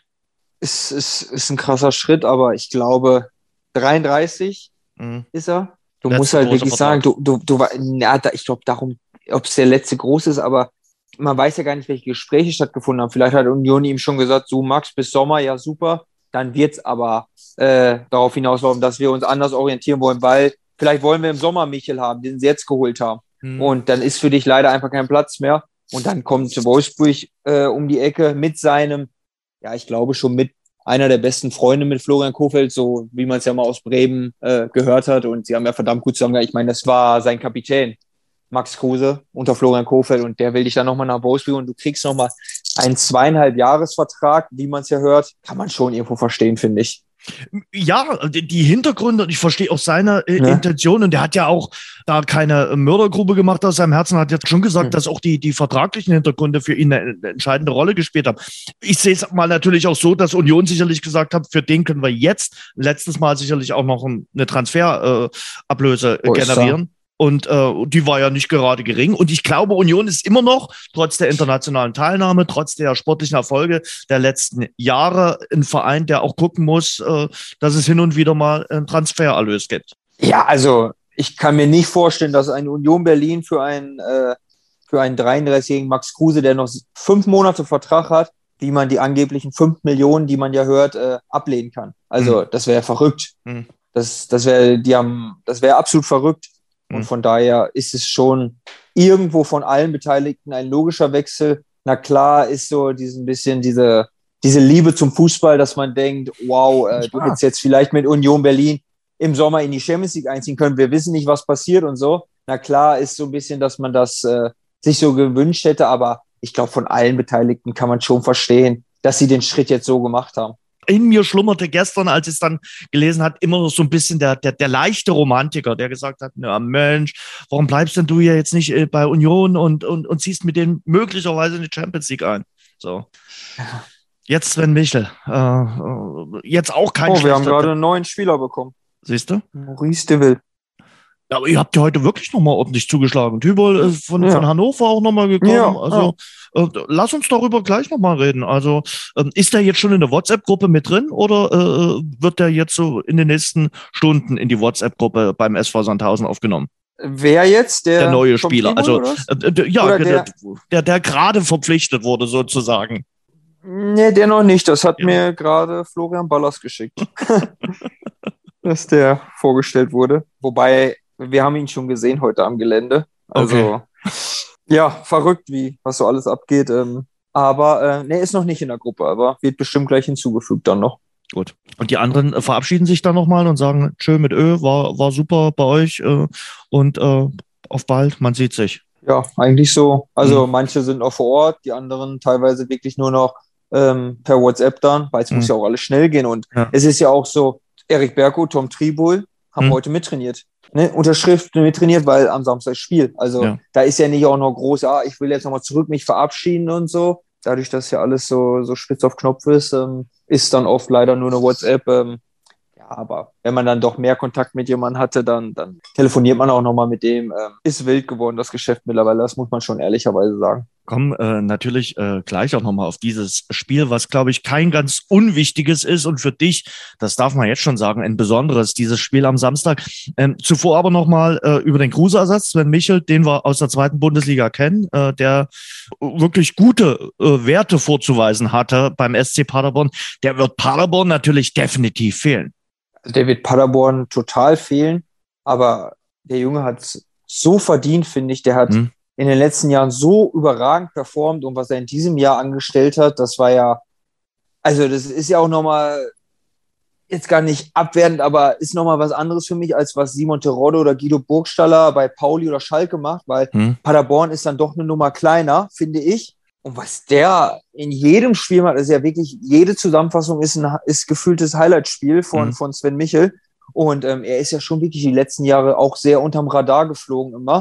ist ein krasser Schritt, aber ich glaube, 33 ist er. Du musst halt wirklich sagen, ich glaube darum, ob es der letzte große ist, aber man weiß ja gar nicht, welche Gespräche stattgefunden haben. Vielleicht hat Union ihm schon gesagt, so Max, bis Sommer, ja super. Dann wird es aber darauf hinauslaufen, dass wir uns anders orientieren wollen, weil vielleicht wollen wir im Sommer Michel haben, den sie jetzt geholt haben. Und dann ist für dich leider einfach kein Platz mehr. Und dann kommt Wolfsburg um die Ecke mit seinem, ja, ich glaube schon mit einer der besten Freunde mit Florian Kohfeldt, so wie man es ja mal aus Bremen gehört hat. Und sie haben ja verdammt gut zusammengearbeitet. Ich meine, das war sein Kapitän, Max Kruse, unter Florian Kohfeldt. Und der will dich dann nochmal nach Wolfsburg und du kriegst nochmal einen 2,5-Jahres-Vertrag, wie man es ja hört. Kann man schon irgendwo verstehen, finde ich. Ja, die Hintergründe, und ich verstehe auch seine Intention, und der hat ja auch da keine Mördergrube gemacht aus seinem Herzen, hat jetzt schon gesagt, dass auch die vertraglichen Hintergründe für ihn eine entscheidende Rolle gespielt haben. Ich sehe es mal natürlich auch so, dass Union sicherlich gesagt hat, für den können wir jetzt letztes Mal sicherlich auch noch eine Transferablöse generieren. Und die war ja nicht gerade gering. Und ich glaube, Union ist immer noch, trotz der internationalen Teilnahme, trotz der sportlichen Erfolge der letzten Jahre, ein Verein, der auch gucken muss, dass es hin und wieder mal einen Transfererlös gibt. Ja, also ich kann mir nicht vorstellen, dass ein Union Berlin für einen 33-jährigen Max Kruse, der noch 5 Monate Vertrag hat, wie man die angeblichen 5 Millionen, die man ja hört, ablehnen kann. Also das wäre verrückt. Das wäre absolut verrückt. Und von daher ist es schon irgendwo von allen Beteiligten ein logischer Wechsel. Na klar ist so diese Liebe zum Fußball, dass man denkt, wow, du hättest jetzt vielleicht mit Union Berlin im Sommer in die Champions League einziehen können. Wir wissen nicht, was passiert und so. Na klar ist so ein bisschen, dass man das sich so gewünscht hätte, aber ich glaube, von allen Beteiligten kann man schon verstehen, dass sie den Schritt jetzt so gemacht haben. In mir schlummerte gestern, als ich es dann gelesen hat, immer noch so ein bisschen der leichte Romantiker, der gesagt hat, na Mensch, warum bleibst denn du hier jetzt nicht bei Union und ziehst mit denen möglicherweise in die Champions League ein? So. Jetzt Sven Michel. Jetzt auch kein wir haben gerade einen neuen Spieler bekommen. Siehst du? Maurice de Ville. Ja, aber ihr habt ja heute wirklich nochmal ordentlich zugeschlagen. Tübol ist von Hannover auch nochmal gekommen. Ja, also lass uns darüber gleich nochmal reden. Also ist der jetzt schon in der WhatsApp-Gruppe mit drin oder wird der jetzt so in den nächsten Stunden in die WhatsApp-Gruppe beim SV Sandhausen aufgenommen? Wer jetzt? Der neue Spieler. Also der gerade verpflichtet wurde sozusagen. Nee, der noch nicht. Das hat mir gerade Florian Ballas geschickt. Dass der vorgestellt wurde. Wobei, wir haben ihn schon gesehen heute am Gelände. Also, ja, verrückt, was so alles abgeht. Aber ist noch nicht in der Gruppe, aber wird bestimmt gleich hinzugefügt dann noch. Gut. Und die anderen verabschieden sich dann nochmal und sagen, tschö mit Ö, war super bei euch und auf bald, man sieht sich. Ja, eigentlich so. Also manche sind noch vor Ort, die anderen teilweise wirklich nur noch per WhatsApp dann, weil es muss ja auch alles schnell gehen. Und es ist ja auch so, Erik Berko, Tom Tribol haben heute mittrainiert. Ne? Unterschrift mittrainiert, weil am Samstag Spiel. Also da ist ja nicht auch noch groß, ich will jetzt nochmal zurück mich verabschieden und so. Dadurch, dass ja alles so spitz auf Knopf ist, ist dann oft leider nur eine WhatsApp. Aber wenn man dann doch mehr Kontakt mit jemandem hatte, dann telefoniert man auch nochmal mit dem. Ist wild geworden, das Geschäft mittlerweile, das muss man schon ehrlicherweise sagen. Kommen natürlich gleich auch nochmal auf dieses Spiel, was, glaube ich, kein ganz unwichtiges ist und für dich, das darf man jetzt schon sagen, ein besonderes, dieses Spiel am Samstag. Zuvor aber nochmal über den Kruse-Ersatz, Sven Michel, den wir aus der 2. Bundesliga kennen, der wirklich gute Werte vorzuweisen hatte beim SC Paderborn. Der wird Paderborn natürlich definitiv fehlen. Der wird Paderborn total fehlen, aber der Junge hat es so verdient, finde ich. Der hat in den letzten Jahren so überragend performt und was er in diesem Jahr angestellt hat, das war ja, also das ist ja auch nochmal, jetzt gar nicht abwertend, aber ist nochmal was anderes für mich, als was Simon Terodde oder Guido Burgstaller bei Pauli oder Schalke macht, weil Paderborn ist dann doch eine Nummer kleiner, finde ich. Und was der in jedem Spiel macht, ist ja wirklich, jede Zusammenfassung ist gefühltes Highlight-Spiel von Sven Michel. Und er ist ja schon wirklich die letzten Jahre auch sehr unterm Radar geflogen immer.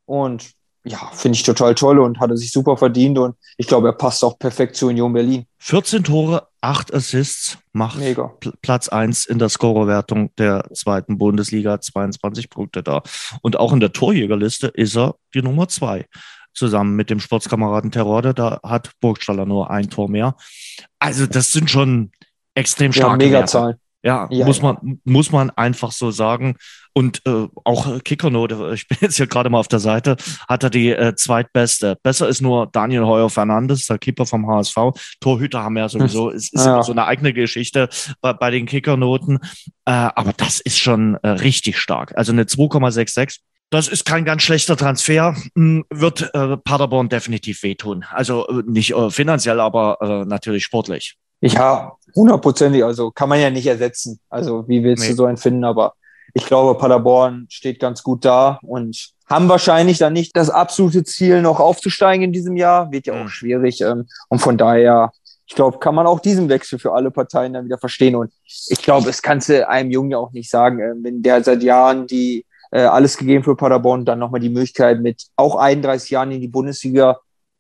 Und ja, finde ich total toll und hat er sich super verdient. Und ich glaube, er passt auch perfekt zu Union Berlin. 14 Tore, 8 Assists, macht Mega. Platz 1 in der Scorerwertung der zweiten Bundesliga, 22 Punkte da. Und auch in der Torjägerliste ist er die Nummer 2. Zusammen mit dem Sportskameraden Terodde, da hat Burgstaller nur ein Tor mehr. Also das sind schon extrem starke mega Werte. Zahlen. Ja, muss man einfach so sagen. Und auch Kickernote, ich bin jetzt hier gerade mal auf der Seite, hat er die zweitbeste. Besser ist nur Daniel Heuer-Fernandes, der Keeper vom HSV. Torhüter haben ja sowieso, es ist immer so eine eigene Geschichte bei den Kickernoten. Aber das ist schon richtig stark. Also eine 2,66. Das ist kein ganz schlechter Transfer, wird Paderborn definitiv wehtun. Also nicht finanziell, aber natürlich sportlich. Ja, 100%. Also kann man ja nicht ersetzen. Also wie willst du so einen finden? Aber ich glaube, Paderborn steht ganz gut da und haben wahrscheinlich dann nicht das absolute Ziel, noch aufzusteigen in diesem Jahr. Wird ja auch schwierig. Und von daher, ich glaube, kann man auch diesen Wechsel für alle Parteien dann wieder verstehen. Und ich glaube, es kannst du einem Jungen ja auch nicht sagen, wenn der seit Jahren alles gegeben für Paderborn, dann nochmal die Möglichkeit mit auch 31 Jahren in die Bundesliga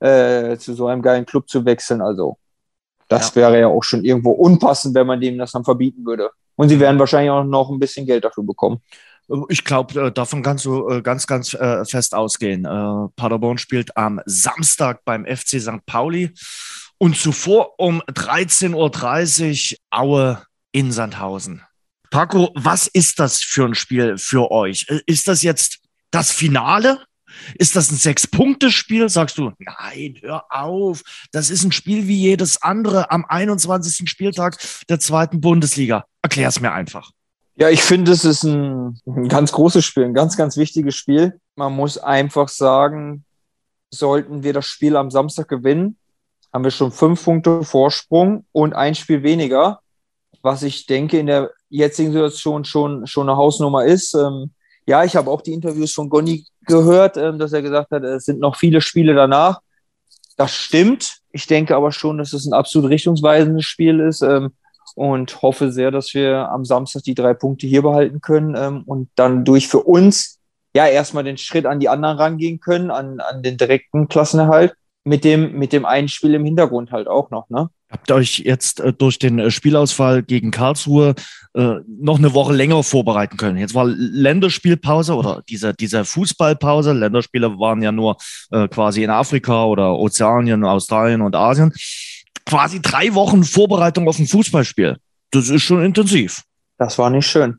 zu so einem geilen Club zu wechseln. Also das wäre ja auch schon irgendwo unpassend, wenn man dem das dann verbieten würde. Und sie werden wahrscheinlich auch noch ein bisschen Geld dafür bekommen. Ich glaube, davon kannst du ganz fest ausgehen. Paderborn spielt am Samstag beim FC St. Pauli und zuvor um 13:30 Uhr Aue in Sandhausen. Paco, was ist das für ein Spiel für euch? Ist das jetzt das Finale? Ist das ein 6-Punkte-Spiel? Sagst du, nein, hör auf. Das ist ein Spiel wie jedes andere am 21. Spieltag der zweiten Bundesliga. Erklär es mir einfach. Ja, ich finde, es ist ein ganz großes Spiel, ein ganz, ganz wichtiges Spiel. Man muss einfach sagen, sollten wir das Spiel am Samstag gewinnen, haben wir schon 5 Punkte Vorsprung und ein Spiel weniger, was ich denke in der jetzigen Situation schon eine Hausnummer ist. Ja, ich habe auch die Interviews von Gonny gehört, dass er gesagt hat, es sind noch viele Spiele danach. Das stimmt. Ich denke aber schon, dass es ein absolut richtungsweisendes Spiel ist und hoffe sehr, dass wir am Samstag die 3 Punkte hier behalten können und dann durch für uns ja erstmal den Schritt an die anderen rangehen können, an den direkten Klassenerhalt mit dem einen Spiel im Hintergrund halt auch noch, ne? Habt ihr euch jetzt durch den Spielausfall gegen Karlsruhe noch eine Woche länger vorbereiten können? Jetzt war Länderspielpause oder diese Fußballpause. Länderspiele waren ja nur quasi in Afrika oder Ozeanien, Australien und Asien. Quasi 3 Wochen Vorbereitung auf ein Fußballspiel. Das ist schon intensiv. Das war nicht schön.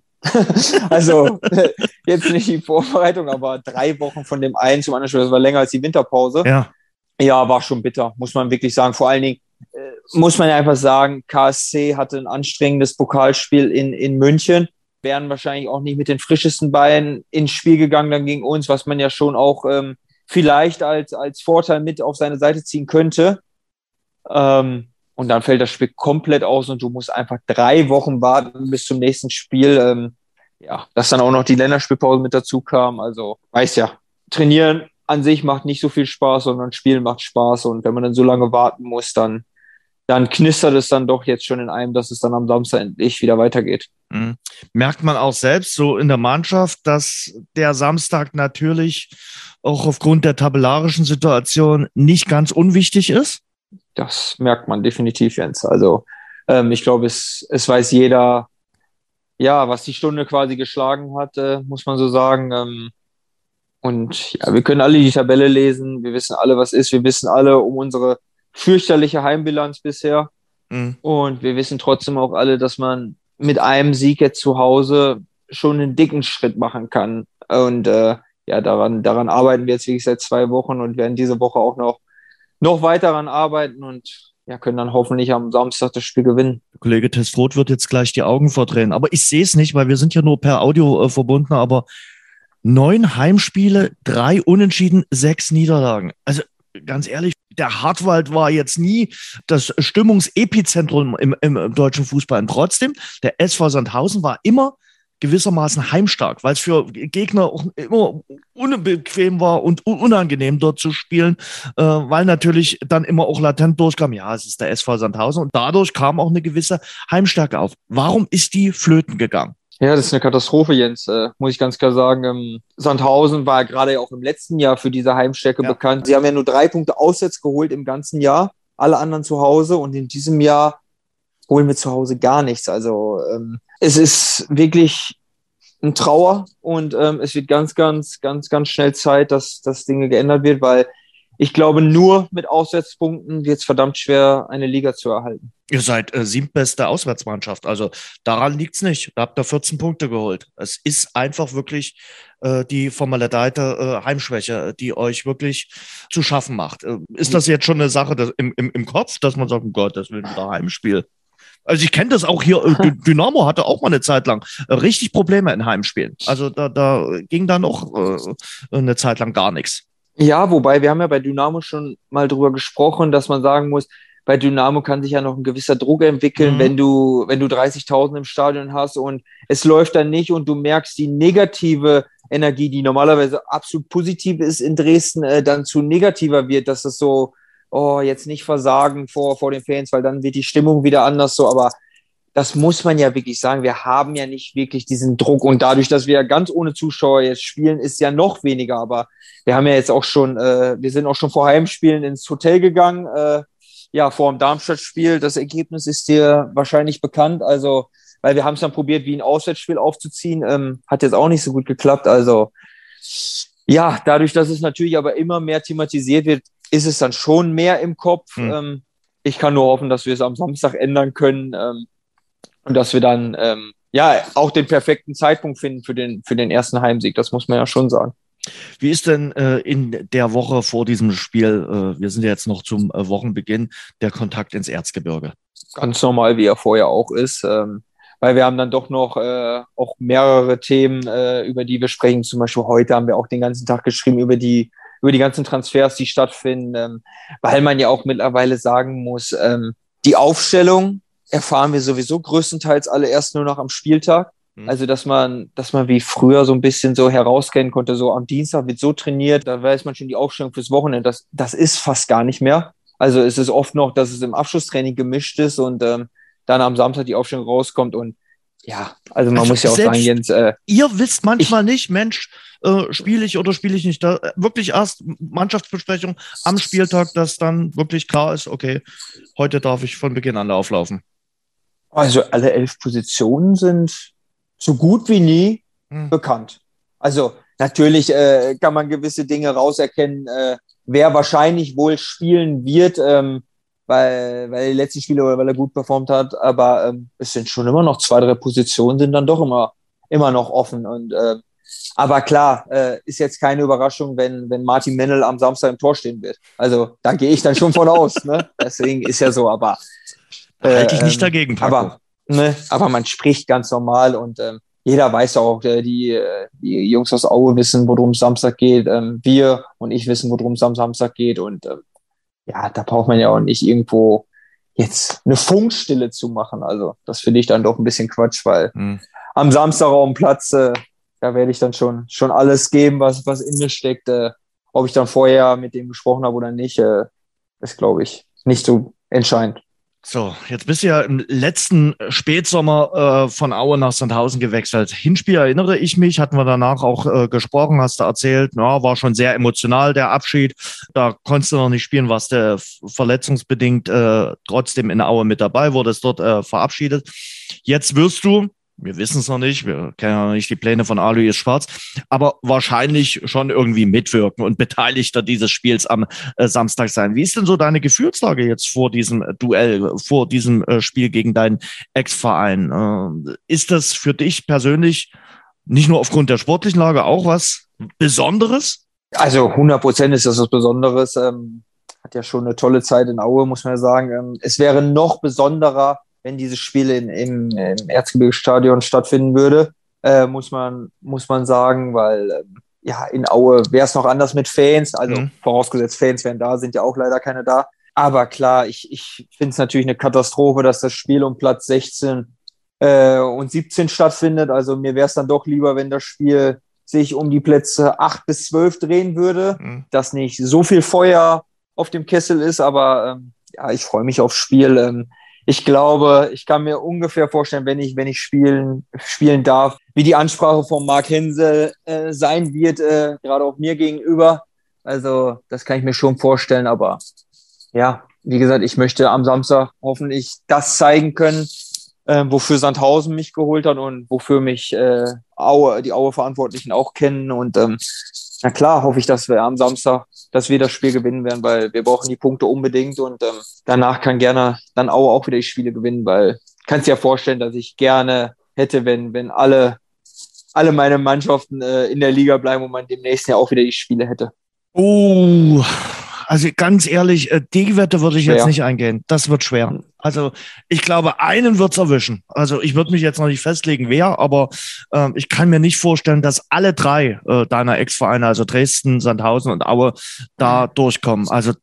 Also jetzt nicht die Vorbereitung, aber 3 Wochen von dem einen zum anderen Spiel. Das war länger als die Winterpause. Ja, war schon bitter, muss man wirklich sagen. Vor allen Dingen muss man ja einfach sagen, KSC hatte ein anstrengendes Pokalspiel in München, wären wahrscheinlich auch nicht mit den frischesten Beinen ins Spiel gegangen dann gegen uns, was man ja schon auch vielleicht als Vorteil mit auf seine Seite ziehen könnte. Und dann fällt das Spiel komplett aus und du musst einfach 3 Wochen warten bis zum nächsten Spiel. Ja, dass dann auch noch die Länderspielpause mit dazu kam. Also, weißt ja, trainieren an sich macht nicht so viel Spaß, sondern Spielen macht Spaß. Und wenn man dann so lange warten muss, dann knistert es dann doch jetzt schon in einem, dass es dann am Samstag endlich wieder weitergeht. Mhm. Merkt man auch selbst so in der Mannschaft, dass der Samstag natürlich auch aufgrund der tabellarischen Situation nicht ganz unwichtig ist? Das merkt man definitiv, Jens. Also ich glaube, es weiß jeder, ja, was die Stunde quasi geschlagen hat, muss man so sagen. Und ja, wir können alle die Tabelle lesen, wir wissen alle, was ist, wir wissen alle um unsere fürchterliche Heimbilanz bisher. Und wir wissen trotzdem auch alle, dass man mit einem Sieg jetzt zu Hause schon einen dicken Schritt machen kann. Und ja, daran arbeiten wir jetzt wirklich seit 2 Wochen und werden diese Woche auch noch weiter daran arbeiten und ja, können dann hoffentlich am Samstag das Spiel gewinnen. Der Kollege Testroth wird jetzt gleich die Augen verdrehen. Aber ich sehe es nicht, weil wir sind ja nur per Audio verbunden, aber 9 Heimspiele, 3 Unentschieden, 6 Niederlagen. Also ganz ehrlich, der Hartwald war jetzt nie das Stimmungsepizentrum im deutschen Fußball. Und trotzdem, der SV Sandhausen war immer gewissermaßen heimstark, weil es für Gegner auch immer unbequem war und unangenehm dort zu spielen, weil natürlich dann immer auch latent durchkam, ja, es ist der SV Sandhausen und dadurch kam auch eine gewisse Heimstärke auf. Warum ist die flöten gegangen? Ja, das ist eine Katastrophe, Jens, muss ich ganz klar sagen. Sandhausen war gerade auch im letzten Jahr für diese Heimstärke Ja. bekannt. Sie haben ja nur 3 Punkte auswärts geholt im ganzen Jahr, alle anderen zu Hause. Und in diesem Jahr holen wir zu Hause gar nichts. Also es ist wirklich ein Trauer und es wird ganz, ganz, ganz, ganz schnell Zeit, dass das Dinge geändert wird, weil ich glaube, nur mit Auswärtspunkten wird es verdammt schwer, eine Liga zu erhalten. Ihr seid siebtbeste Auswärtsmannschaft. Also daran liegt es nicht. Da habt ihr 14 Punkte geholt. Es ist einfach wirklich die vermaledeite Heimschwäche, die euch wirklich zu schaffen macht. Ist das jetzt schon eine Sache im Kopf, dass man sagt, um Gottes Willen, wieder Heimspiel? Also ich kenne das auch hier, Dynamo hatte auch mal eine Zeit lang richtig Probleme in Heimspielen. Also da ging dann auch eine Zeit lang gar nichts. Ja, wobei wir haben ja bei Dynamo schon mal drüber gesprochen, dass man sagen muss, bei Dynamo kann sich ja noch ein gewisser Druck entwickeln, Mhm. wenn du 30.000 im Stadion hast und es läuft dann nicht und du merkst die negative Energie, die normalerweise absolut positiv ist in Dresden, dann zu negativer wird, dass es so, oh, jetzt nicht versagen vor den Fans, weil dann wird die Stimmung wieder anders so, aber das muss man ja wirklich sagen. Wir haben ja nicht wirklich diesen Druck und dadurch, dass wir ja ganz ohne Zuschauer jetzt spielen, ist ja noch weniger. Aber wir haben ja jetzt auch schon, wir sind auch schon vor Heimspielen ins Hotel gegangen, ja, vor dem Darmstadt-Spiel. Das Ergebnis ist dir wahrscheinlich bekannt. Also, weil wir haben es dann probiert, wie ein Auswärtsspiel aufzuziehen, hat jetzt auch nicht so gut geklappt. Also, ja, dadurch, dass es natürlich aber immer mehr thematisiert wird, ist es dann schon mehr im Kopf. Hm. Ich kann nur hoffen, dass wir es am Samstag ändern können. Und dass wir dann ja auch den perfekten Zeitpunkt finden für den ersten Heimsieg, das muss man ja schon sagen. Wie ist denn in der Woche vor diesem Spiel, wir sind ja jetzt noch zum Wochenbeginn, der Kontakt ins Erzgebirge? Ganz normal, wie er vorher auch ist. Weil wir haben dann doch noch auch mehrere Themen, über die wir sprechen. Zum Beispiel heute haben wir auch den ganzen Tag geschrieben über die ganzen Transfers, die stattfinden, weil man ja auch mittlerweile sagen muss, die Aufstellung erfahren wir sowieso größtenteils alle erst nur noch am Spieltag. Also, dass man wie früher so ein bisschen so herauskennen konnte, so am Dienstag wird so trainiert, da weiß man schon die Aufstellung fürs Wochenende. Das ist fast gar nicht mehr. Also, es ist oft noch, dass es im Abschlusstraining gemischt ist und dann am Samstag die Aufstellung rauskommt. Und ja, also man muss ja auch sagen, Jens. Ihr wisst manchmal nicht, Mensch, spiele ich oder spiele ich nicht. Da, wirklich erst Mannschaftsbesprechung am Spieltag, dass dann wirklich klar ist, okay, heute darf ich von Beginn an auflaufen. Also alle 11 Positionen sind so gut wie nie bekannt. Also natürlich kann man gewisse Dinge rauserkennen, wer wahrscheinlich wohl spielen wird, weil die letzten Spiele oder weil er gut performt hat. Aber es sind schon immer noch 2, 3 Positionen, sind dann doch immer noch offen. Und aber klar, ist jetzt keine Überraschung, wenn Martin Mennel am Samstag im Tor stehen wird. Also da gehe ich dann schon von aus. Ne? Deswegen ist ja so, aber halte ich nicht dagegen, Paco. Aber man spricht ganz normal und jeder weiß auch, die Jungs aus Aue wissen, worum es Samstag geht. Wir und ich wissen, worum es am Samstag geht. Und ja, da braucht man ja auch nicht irgendwo jetzt eine Funkstille zu machen. Also das finde ich dann doch ein bisschen Quatsch, weil am Samstag auf dem Platz, da werde ich dann schon alles geben, was in mir steckt. Ob ich dann vorher mit dem gesprochen habe oder nicht, ist, glaube ich, nicht so entscheidend. So, jetzt bist du ja im letzten Spätsommer von Aue nach Sandhausen gewechselt. Hinspiel erinnere ich mich, hatten wir danach auch gesprochen, hast du erzählt, ja, war schon sehr emotional, der Abschied. Da konntest du noch nicht spielen, warst du verletzungsbedingt trotzdem in Aue mit dabei, wurdest dort verabschiedet. Jetzt wirst du, wir wissen es noch nicht, wir kennen ja noch nicht die Pläne von Alois Schwarz, aber wahrscheinlich schon irgendwie mitwirken und Beteiligter dieses Spiels am Samstag sein. Wie ist denn so deine Gefühlslage jetzt vor diesem Duell, vor diesem Spiel gegen deinen Ex-Verein? Ist das für dich persönlich nicht nur aufgrund der sportlichen Lage auch was Besonderes? Also 100% ist das was Besonderes. Hat ja schon eine tolle Zeit in Aue, muss man ja sagen. Es wäre noch besonderer, wenn dieses Spiel im Erzgebirgsstadion stattfinden würde, muss man sagen, weil ja, in Aue wäre es noch anders mit Fans, also vorausgesetzt Fans wären da, sind ja auch leider keine da. Aber klar, ich finde es natürlich eine Katastrophe, dass das Spiel um Platz 16 und 17 stattfindet. Also mir wäre es dann doch lieber, wenn das Spiel sich um die Plätze 8 bis 12 drehen würde, dass nicht so viel Feuer auf dem Kessel ist, aber ja, ich freue mich aufs Spiel. Ich glaube, ich kann mir ungefähr vorstellen, wenn ich spielen darf, wie die Ansprache von Mark Hensel sein wird, gerade auch mir gegenüber. Also, das kann ich mir schon vorstellen, aber ja, wie gesagt, ich möchte am Samstag hoffentlich das zeigen können, wofür Sandhausen mich geholt hat und wofür mich die Aue-Verantwortlichen auch kennen. Und na klar hoffe ich, dass wir am Samstag, dass wir das Spiel gewinnen werden, weil wir brauchen die Punkte unbedingt und danach kann gerne dann Aue auch wieder die Spiele gewinnen, weil kannst dir ja vorstellen, dass ich gerne hätte, wenn alle meine Mannschaften in der Liga bleiben und man demnächst ja auch wieder die Spiele hätte. Oh, also ganz ehrlich, die Wette würde ich jetzt Schwer. nicht eingehen. Das wird schwer. Also ich glaube, einen wird's erwischen. Also ich würde mich jetzt noch nicht festlegen, wer, aber ich kann mir nicht vorstellen, dass alle drei deiner Ex-Vereine, also Dresden, Sandhausen und Aue, da durchkommen. Also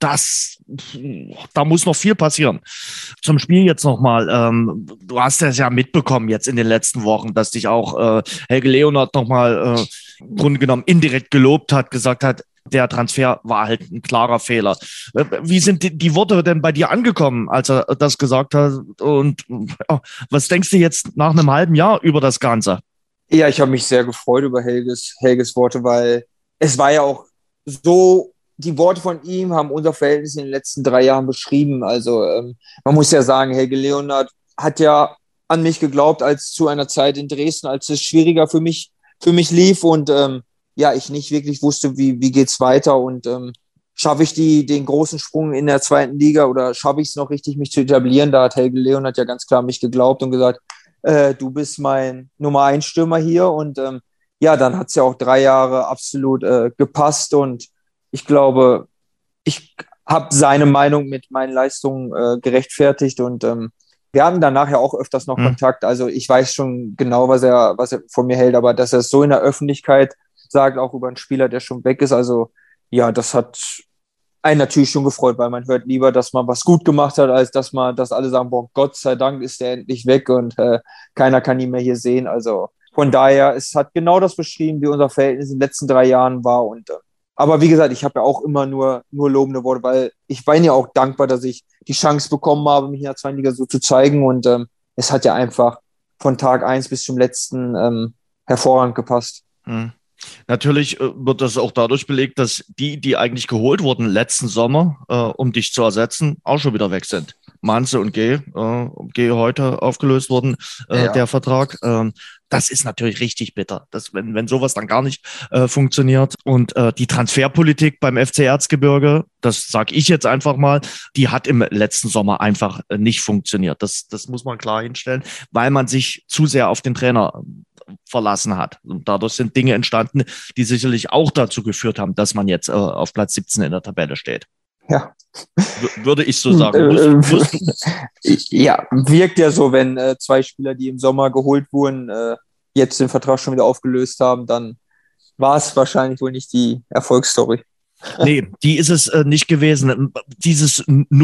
da muss noch viel passieren. Zum Spiel jetzt nochmal. Du hast es ja mitbekommen jetzt in den letzten Wochen, dass dich auch Helge Leonhardt nochmal im Grunde genommen indirekt gelobt hat, gesagt hat, der Transfer war halt ein klarer Fehler. Wie sind die Worte denn bei dir angekommen, als er das gesagt hat? Und was denkst du jetzt nach einem halben Jahr über das Ganze? Ja, ich habe mich sehr gefreut über Helges Worte, weil es war ja auch so, die Worte von ihm haben unser Verhältnis in den letzten 3 Jahren beschrieben. Also man muss ja sagen, Helge Leonhardt hat ja an mich geglaubt, als zu einer Zeit in Dresden, als es schwieriger für mich lief und ja, ich nicht wirklich wusste, wie geht's weiter und schaffe ich den großen Sprung in der zweiten Liga oder schaffe ich es noch richtig, mich zu etablieren? Da hat Helge Leonhardt ja ganz klar an mich geglaubt und gesagt, du bist mein Nummer 1 Stürmer hier und ja, dann hat es ja auch 3 Jahre absolut gepasst und ich glaube, ich habe seine Meinung mit meinen Leistungen gerechtfertigt und wir haben danach ja auch öfters noch Hm. Kontakt. Also ich weiß schon genau, was er von mir hält, aber dass er es so in der Öffentlichkeit sagt, auch über einen Spieler, der schon weg ist, also ja, das hat einen natürlich schon gefreut, weil man hört lieber, dass man was gut gemacht hat, als dass alle sagen, boah, Gott sei Dank ist der endlich weg und keiner kann ihn mehr hier sehen. Also von daher, es hat genau das beschrieben, wie unser Verhältnis in den letzten 3 Jahren war. Und aber wie gesagt, ich habe ja auch immer nur lobende Worte, weil ich war ja auch dankbar, dass ich die Chance bekommen habe, mich in der zweiten Liga so zu zeigen. Und es hat ja einfach von Tag 1 bis zum letzten hervorragend gepasst. Hm. Natürlich wird das auch dadurch belegt, dass die eigentlich geholt wurden letzten Sommer, um dich zu ersetzen, auch schon wieder weg sind. Manze und G heute aufgelöst wurden, Ja. der Vertrag. Das ist natürlich richtig bitter, dass, wenn sowas dann gar nicht funktioniert. Und die Transferpolitik beim FC Erzgebirge, das sage ich jetzt einfach mal, die hat im letzten Sommer einfach nicht funktioniert. Das muss man klar hinstellen, weil man sich zu sehr auf den Trainer verlassen hat. Und dadurch sind Dinge entstanden, die sicherlich auch dazu geführt haben, dass man jetzt auf Platz 17 in der Tabelle steht. Ja. Würde ich so sagen. Musst du. Ja, wirkt ja so, wenn 2 Spieler, die im Sommer geholt wurden, jetzt den Vertrag schon wieder aufgelöst haben, dann war es wahrscheinlich wohl nicht die Erfolgsstory. Nee, die ist es nicht gewesen. Dieses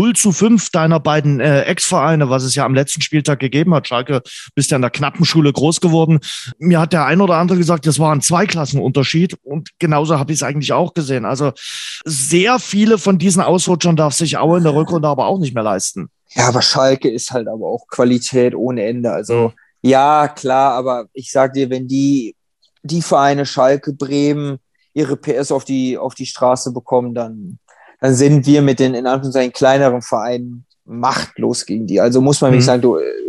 0:5 deiner beiden Ex-Vereine, was es ja am letzten Spieltag gegeben hat, Schalke, bist ja in der knappen Schule groß geworden. Mir hat der ein oder andere gesagt, das war ein Zweiklassenunterschied und genauso habe ich es eigentlich auch gesehen. Also sehr viele von diesen Ausrutschern darf sich Aue in der Rückrunde aber auch nicht mehr leisten. Ja, aber Schalke ist halt aber auch Qualität ohne Ende. Hm. Also ja, klar, aber ich sag dir, wenn die Vereine Schalke, Bremen ihre PS auf die Straße bekommen, dann sind wir mit den in Anführungszeichen kleineren Vereinen machtlos gegen die. Also muss man wirklich Hm. sagen,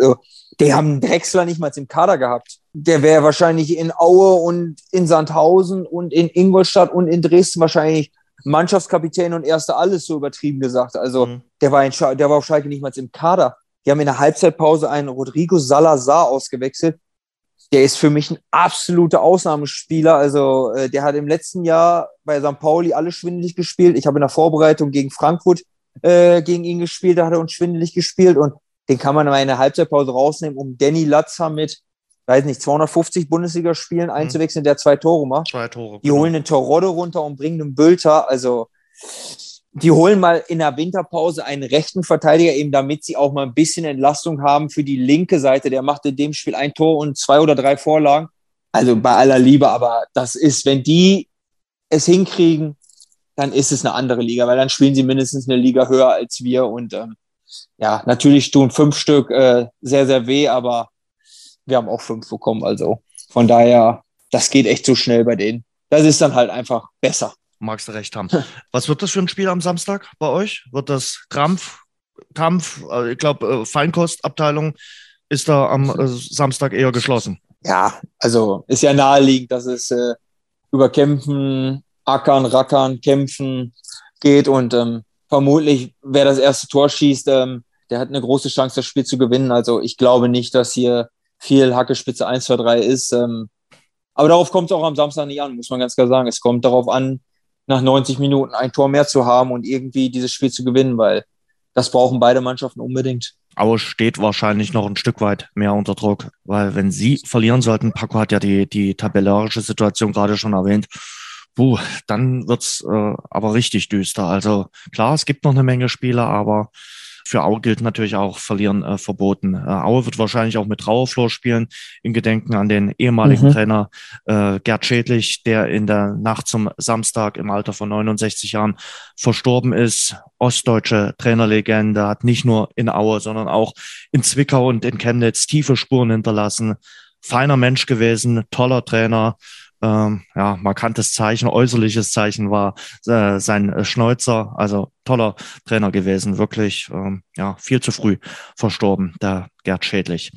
die haben einen Drechsler nicht mal im Kader gehabt. Der wäre wahrscheinlich in Aue und in Sandhausen und in Ingolstadt und in Dresden wahrscheinlich Mannschaftskapitän und Erster, alles so übertrieben gesagt. Also Hm. der war auf Schalke nicht mal im Kader. Die haben in der Halbzeitpause einen Rodrigo Salazar ausgewechselt. Der ist für mich ein absoluter Ausnahmespieler. Also der hat im letzten Jahr bei St. Pauli alles schwindelig gespielt. Ich habe in der Vorbereitung gegen Frankfurt gegen ihn gespielt. Da hat er uns schwindelig gespielt. Und den kann man mal in der Halbzeitpause rausnehmen, um Danny Latzer mit, weiß nicht, 250 Bundesligaspielen einzuwechseln, der 2 Tore macht. 2 Tore. Die Genau. holen den Terodde runter und bringen den Bülter. Also die holen mal in der Winterpause einen rechten Verteidiger, eben damit sie auch mal ein bisschen Entlastung haben für die linke Seite. Der macht in dem Spiel 1 Tor und 2 oder 3 Vorlagen. Also bei aller Liebe, aber das ist, wenn die es hinkriegen, dann ist es eine andere Liga, weil dann spielen sie mindestens eine Liga höher als wir und ja, natürlich tun 5 Stück sehr, sehr weh, aber wir haben auch 5 bekommen. Also von daher, das geht echt so schnell bei denen. Das ist dann halt einfach besser. Magst du recht haben. Was wird das für ein Spiel am Samstag bei euch? Wird das Kampf? Ich glaube, Feinkostabteilung ist da am Samstag eher geschlossen. Ja, also ist ja naheliegend, dass es über Kämpfen, Ackern, Rackern, Kämpfen geht und vermutlich, wer das erste Tor schießt, der hat eine große Chance, das Spiel zu gewinnen. Also ich glaube nicht, dass hier viel Hackespitze 1, 2, 3 ist. Aber darauf kommt es auch am Samstag nicht an, muss man ganz klar sagen. Es kommt darauf an, nach 90 Minuten ein Tor mehr zu haben und irgendwie dieses Spiel zu gewinnen, weil das brauchen beide Mannschaften unbedingt. Aber steht wahrscheinlich noch ein Stück weit mehr unter Druck, weil wenn sie verlieren sollten, Paco hat ja die tabellarische Situation gerade schon erwähnt, dann wird's aber richtig düster. Also klar, es gibt noch eine Menge Spieler, aber für Aue gilt natürlich auch, verlieren verboten. Aue wird wahrscheinlich auch mit Trauerflor spielen, im Gedenken an den ehemaligen Trainer Gerd Schädlich, der in der Nacht zum Samstag im Alter von 69 Jahren verstorben ist. Ostdeutsche Trainerlegende, hat nicht nur in Aue, sondern auch in Zwickau und in Chemnitz tiefe Spuren hinterlassen. Feiner Mensch gewesen, toller Trainer. Markantes Zeichen, äußerliches Zeichen war sein Schnäuzer, also toller Trainer gewesen, wirklich, viel zu früh verstorben, der Gerd Schädlich.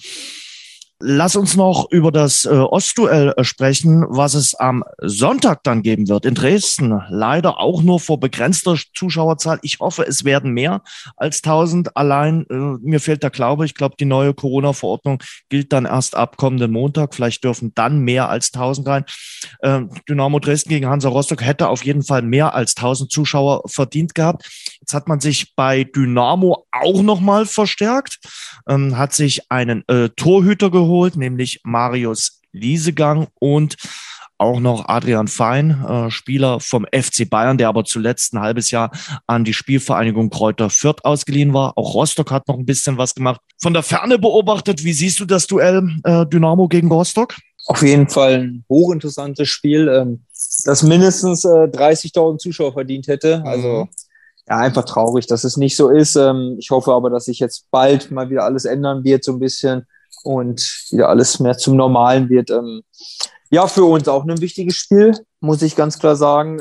Lass uns noch über das Ostduell sprechen, was es am Sonntag dann geben wird in Dresden. Leider auch nur vor begrenzter Zuschauerzahl. Ich hoffe, es werden mehr als 1000. Allein mir fehlt der Glaube. Ich glaube, die neue Corona-Verordnung gilt dann erst ab kommenden Montag. Vielleicht dürfen dann mehr als 1000 rein. Dynamo Dresden gegen Hansa Rostock hätte auf jeden Fall mehr als 1000 Zuschauer verdient gehabt. Jetzt hat man sich bei Dynamo auch nochmal verstärkt, hat sich einen Torhüter geholt, nämlich Marius Liesegang und auch noch Adrian Fein, Spieler vom FC Bayern, der aber zuletzt ein halbes Jahr an die Spielvereinigung Kräuter Fürth ausgeliehen war. Auch Rostock hat noch ein bisschen was gemacht. Von der Ferne beobachtet, wie siehst du das Duell Dynamo gegen Rostock? Auf jeden Fall ein hochinteressantes Spiel, das mindestens 30.000 Zuschauer verdient hätte. Also ja, einfach traurig, dass es nicht so ist. Ich hoffe aber, dass sich jetzt bald mal wieder alles ändern wird, so ein bisschen, und wieder alles mehr zum Normalen wird. Für uns auch ein wichtiges Spiel, muss ich ganz klar sagen.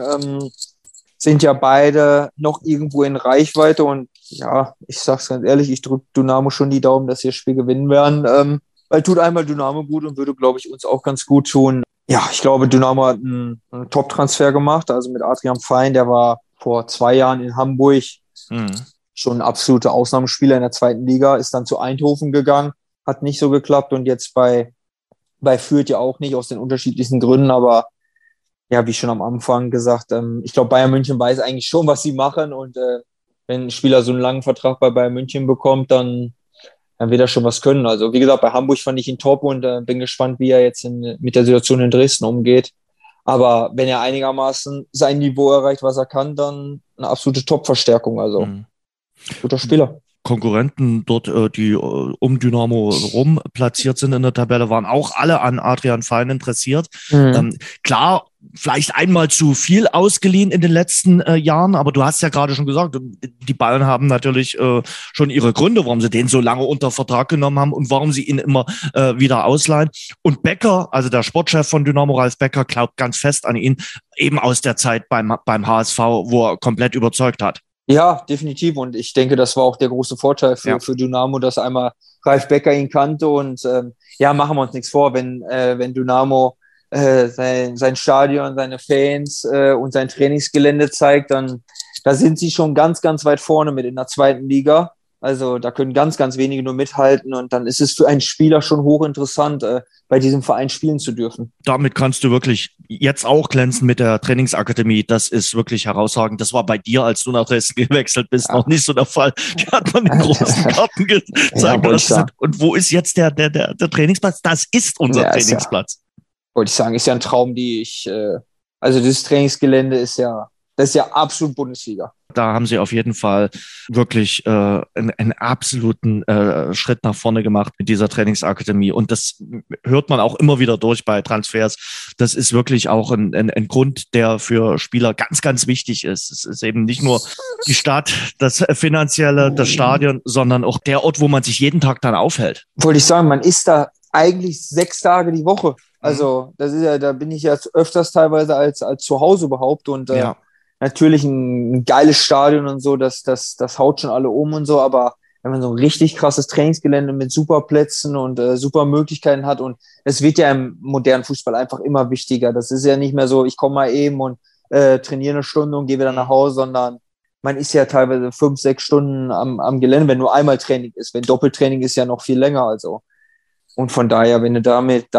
Sind ja beide noch irgendwo in Reichweite und ja, ich sag's ganz ehrlich, ich drücke Dynamo schon die Daumen, dass sie das Spiel gewinnen werden, weil tut einmal Dynamo gut und würde, glaube ich, uns auch ganz gut tun. Ja, ich glaube, Dynamo hat einen Top-Transfer gemacht, also mit Adrian Fein, der war vor 2 Jahren in Hamburg schon ein absoluter Ausnahmespieler in der 2. Liga, ist dann zu Eindhoven gegangen, hat nicht so geklappt und jetzt bei Fürth ja auch nicht, aus den unterschiedlichsten Gründen, aber ja, wie schon am Anfang gesagt, ich glaube, Bayern München weiß eigentlich schon, was sie machen und wenn ein Spieler so einen langen Vertrag bei Bayern München bekommt, dann wird er schon was können. Also wie gesagt, bei Hamburg fand ich ihn top und bin gespannt, wie er jetzt mit der Situation in Dresden umgeht. Aber wenn er einigermaßen sein Niveau erreicht, was er kann, dann eine absolute Top-Verstärkung. Also guter Spieler. Konkurrenten dort, die um Dynamo rum platziert sind in der Tabelle, waren auch alle an Adrian Fein interessiert. Klar, vielleicht einmal zu viel ausgeliehen in den letzten Jahren, aber du hast ja gerade schon gesagt, die Bayern haben natürlich schon ihre Gründe, warum sie den so lange unter Vertrag genommen haben und warum sie ihn immer wieder ausleihen. Und Becker, also der Sportchef von Dynamo, Ralf Becker, glaubt ganz fest an ihn, eben aus der Zeit beim HSV, wo er komplett überzeugt hat. Ja, definitiv. Und ich denke, das war auch der große Vorteil für Dynamo, dass einmal Ralf Becker ihn kannte. Und machen wir uns nichts vor, wenn Dynamo sein Stadion, seine Fans und sein Trainingsgelände zeigt, dann da sind sie schon ganz, ganz weit vorne mit in der 2. Liga. Also da können ganz, ganz wenige nur mithalten und dann ist es für einen Spieler schon hochinteressant, bei diesem Verein spielen zu dürfen. Damit kannst du wirklich jetzt auch glänzen mit der Trainingsakademie. Das ist wirklich herausragend. Das war bei dir, als du nach Dresden gewechselt bist, noch nicht so der Fall. Da hat man den großen Karten gezeigt. Und wo ist jetzt der Trainingsplatz? Das ist unser Trainingsplatz. Wollte ich sagen, ist ja ein Traum, also dieses Trainingsgelände ist ja Das ist ja absolut Bundesliga. Da haben sie auf jeden Fall wirklich einen absoluten Schritt nach vorne gemacht mit dieser Trainingsakademie. Und das hört man auch immer wieder durch bei Transfers. Das ist wirklich auch ein Grund, der für Spieler ganz, ganz wichtig ist. Es ist eben nicht nur die Stadt, das Finanzielle, das Stadion, sondern auch der Ort, wo man sich jeden Tag dann aufhält. Wollte ich sagen, man ist da eigentlich 6 Tage die Woche. Also das ist ja, da bin ich ja öfters teilweise als zu Hause überhaupt. Und natürlich ein geiles Stadion und so, das haut schon alle um und so, aber wenn man so ein richtig krasses Trainingsgelände mit super Plätzen und super Möglichkeiten hat, und es wird ja im modernen Fußball einfach immer wichtiger. Das ist ja nicht mehr so, ich komme mal eben und trainiere eine Stunde und gehe wieder nach Hause, sondern man ist ja teilweise 5, 6 Stunden am Gelände, wenn nur einmal Training ist. Wenn Doppeltraining ist ja noch viel länger, also. Und von daher, wenn du damit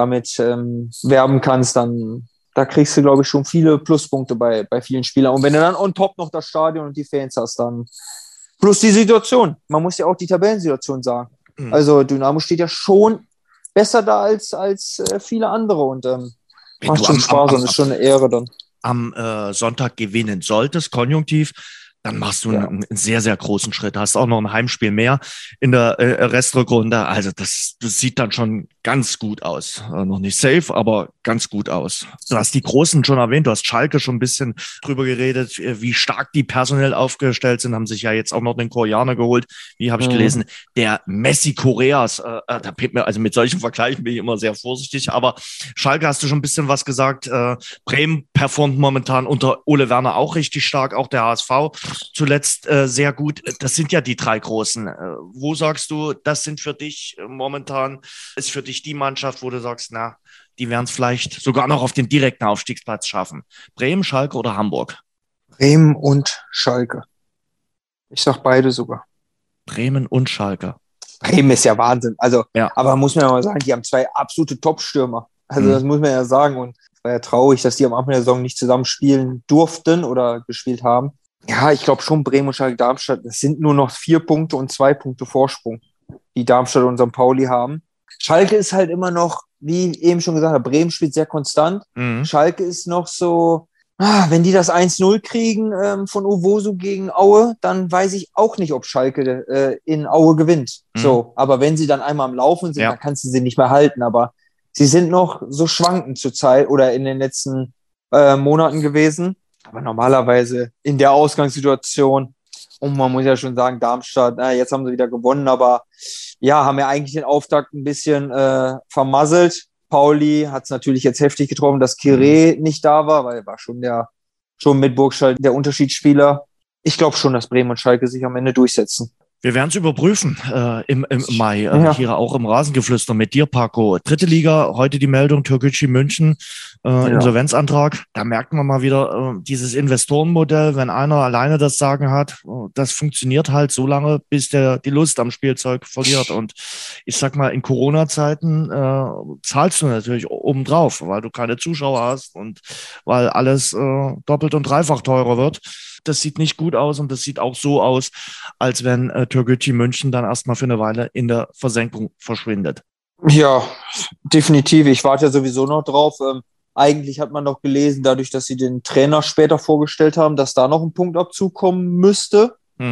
werben kannst, dann da kriegst du, glaube ich, schon viele Pluspunkte bei vielen Spielern. Und wenn du dann on top noch das Stadion und die Fans hast, dann plus die Situation. Man muss ja auch die Tabellensituation sagen. Also Dynamo steht ja schon besser da als viele andere und macht schon Spaß und ist schon eine Ehre dann. Am Sonntag gewinnen solltest, konjunktiv, dann machst du einen sehr, sehr großen Schritt. Hast auch noch ein Heimspiel mehr in der Restrückrunde. Also das sieht dann schon ganz gut aus. Noch nicht safe, aber ganz gut aus. Du hast die Großen schon erwähnt. Du hast Schalke schon ein bisschen drüber geredet, wie stark die personell aufgestellt sind. Haben sich ja jetzt auch noch den Koreaner geholt. Wie habe ich gelesen? Der Messi Koreas. Also mit solchen Vergleichen bin ich immer sehr vorsichtig. Aber Schalke hast du schon ein bisschen was gesagt. Bremen performt momentan unter Ole Werner auch richtig stark. Auch der HSV zuletzt sehr gut. Das sind ja die 3 Großen. Wo sagst du, das sind für dich momentan, ist für dich die Mannschaft, wo du sagst, na, die werden es vielleicht sogar noch auf den direkten Aufstiegsplatz schaffen? Bremen, Schalke oder Hamburg? Bremen und Schalke. Ich sag beide sogar. Bremen und Schalke. Bremen ist ja Wahnsinn. Also, aber muss man ja mal sagen, die haben 2 absolute Top-Stürmer. Also das muss man ja sagen. Und es war ja traurig, dass die am Anfang der Saison nicht zusammen spielen durften oder gespielt haben. Ja, ich glaube schon, Bremen und Schalke Darmstadt, es sind nur noch 4 Punkte und 2 Punkte Vorsprung, die Darmstadt und St. Pauli haben. Schalke ist halt immer noch, wie eben schon gesagt, Bremen spielt sehr konstant. Schalke ist noch so, wenn die das 1-0 kriegen von Uwosu gegen Aue, dann weiß ich auch nicht, ob Schalke in Aue gewinnt. So, aber wenn sie dann einmal am Laufen sind, dann kannst du sie nicht mehr halten. Aber sie sind noch so schwankend zur Zeit oder in den letzten Monaten gewesen. Aber normalerweise in der Ausgangssituation, und man muss ja schon sagen, Darmstadt, jetzt haben sie wieder gewonnen, aber ja, haben ja eigentlich den Auftakt ein bisschen vermasselt. Pauli hat es natürlich jetzt heftig getroffen, dass Kire nicht da war, weil er war schon mit Burgstall der Unterschiedsspieler. Ich glaube schon, dass Bremen und Schalke sich am Ende durchsetzen. Wir werden es überprüfen im Mai, hier auch im Rasengeflüster mit dir, Paco. 3. Liga, heute die Meldung, Türkgücü München, Insolvenzantrag. Da merkt man mal wieder dieses Investorenmodell, wenn einer alleine das Sagen hat, das funktioniert halt so lange, bis der die Lust am Spielzeug verliert. Und ich sag mal, in Corona-Zeiten zahlst du natürlich obendrauf, weil du keine Zuschauer hast und weil alles doppelt und dreifach teurer wird. Das sieht nicht gut aus und das sieht auch so aus, als wenn Türkgücü München dann erstmal für eine Weile in der Versenkung verschwindet. Ja, definitiv. Ich warte ja sowieso noch drauf. Eigentlich hat man noch gelesen, dadurch, dass sie den Trainer später vorgestellt haben, dass da noch ein Punktabzug kommen müsste.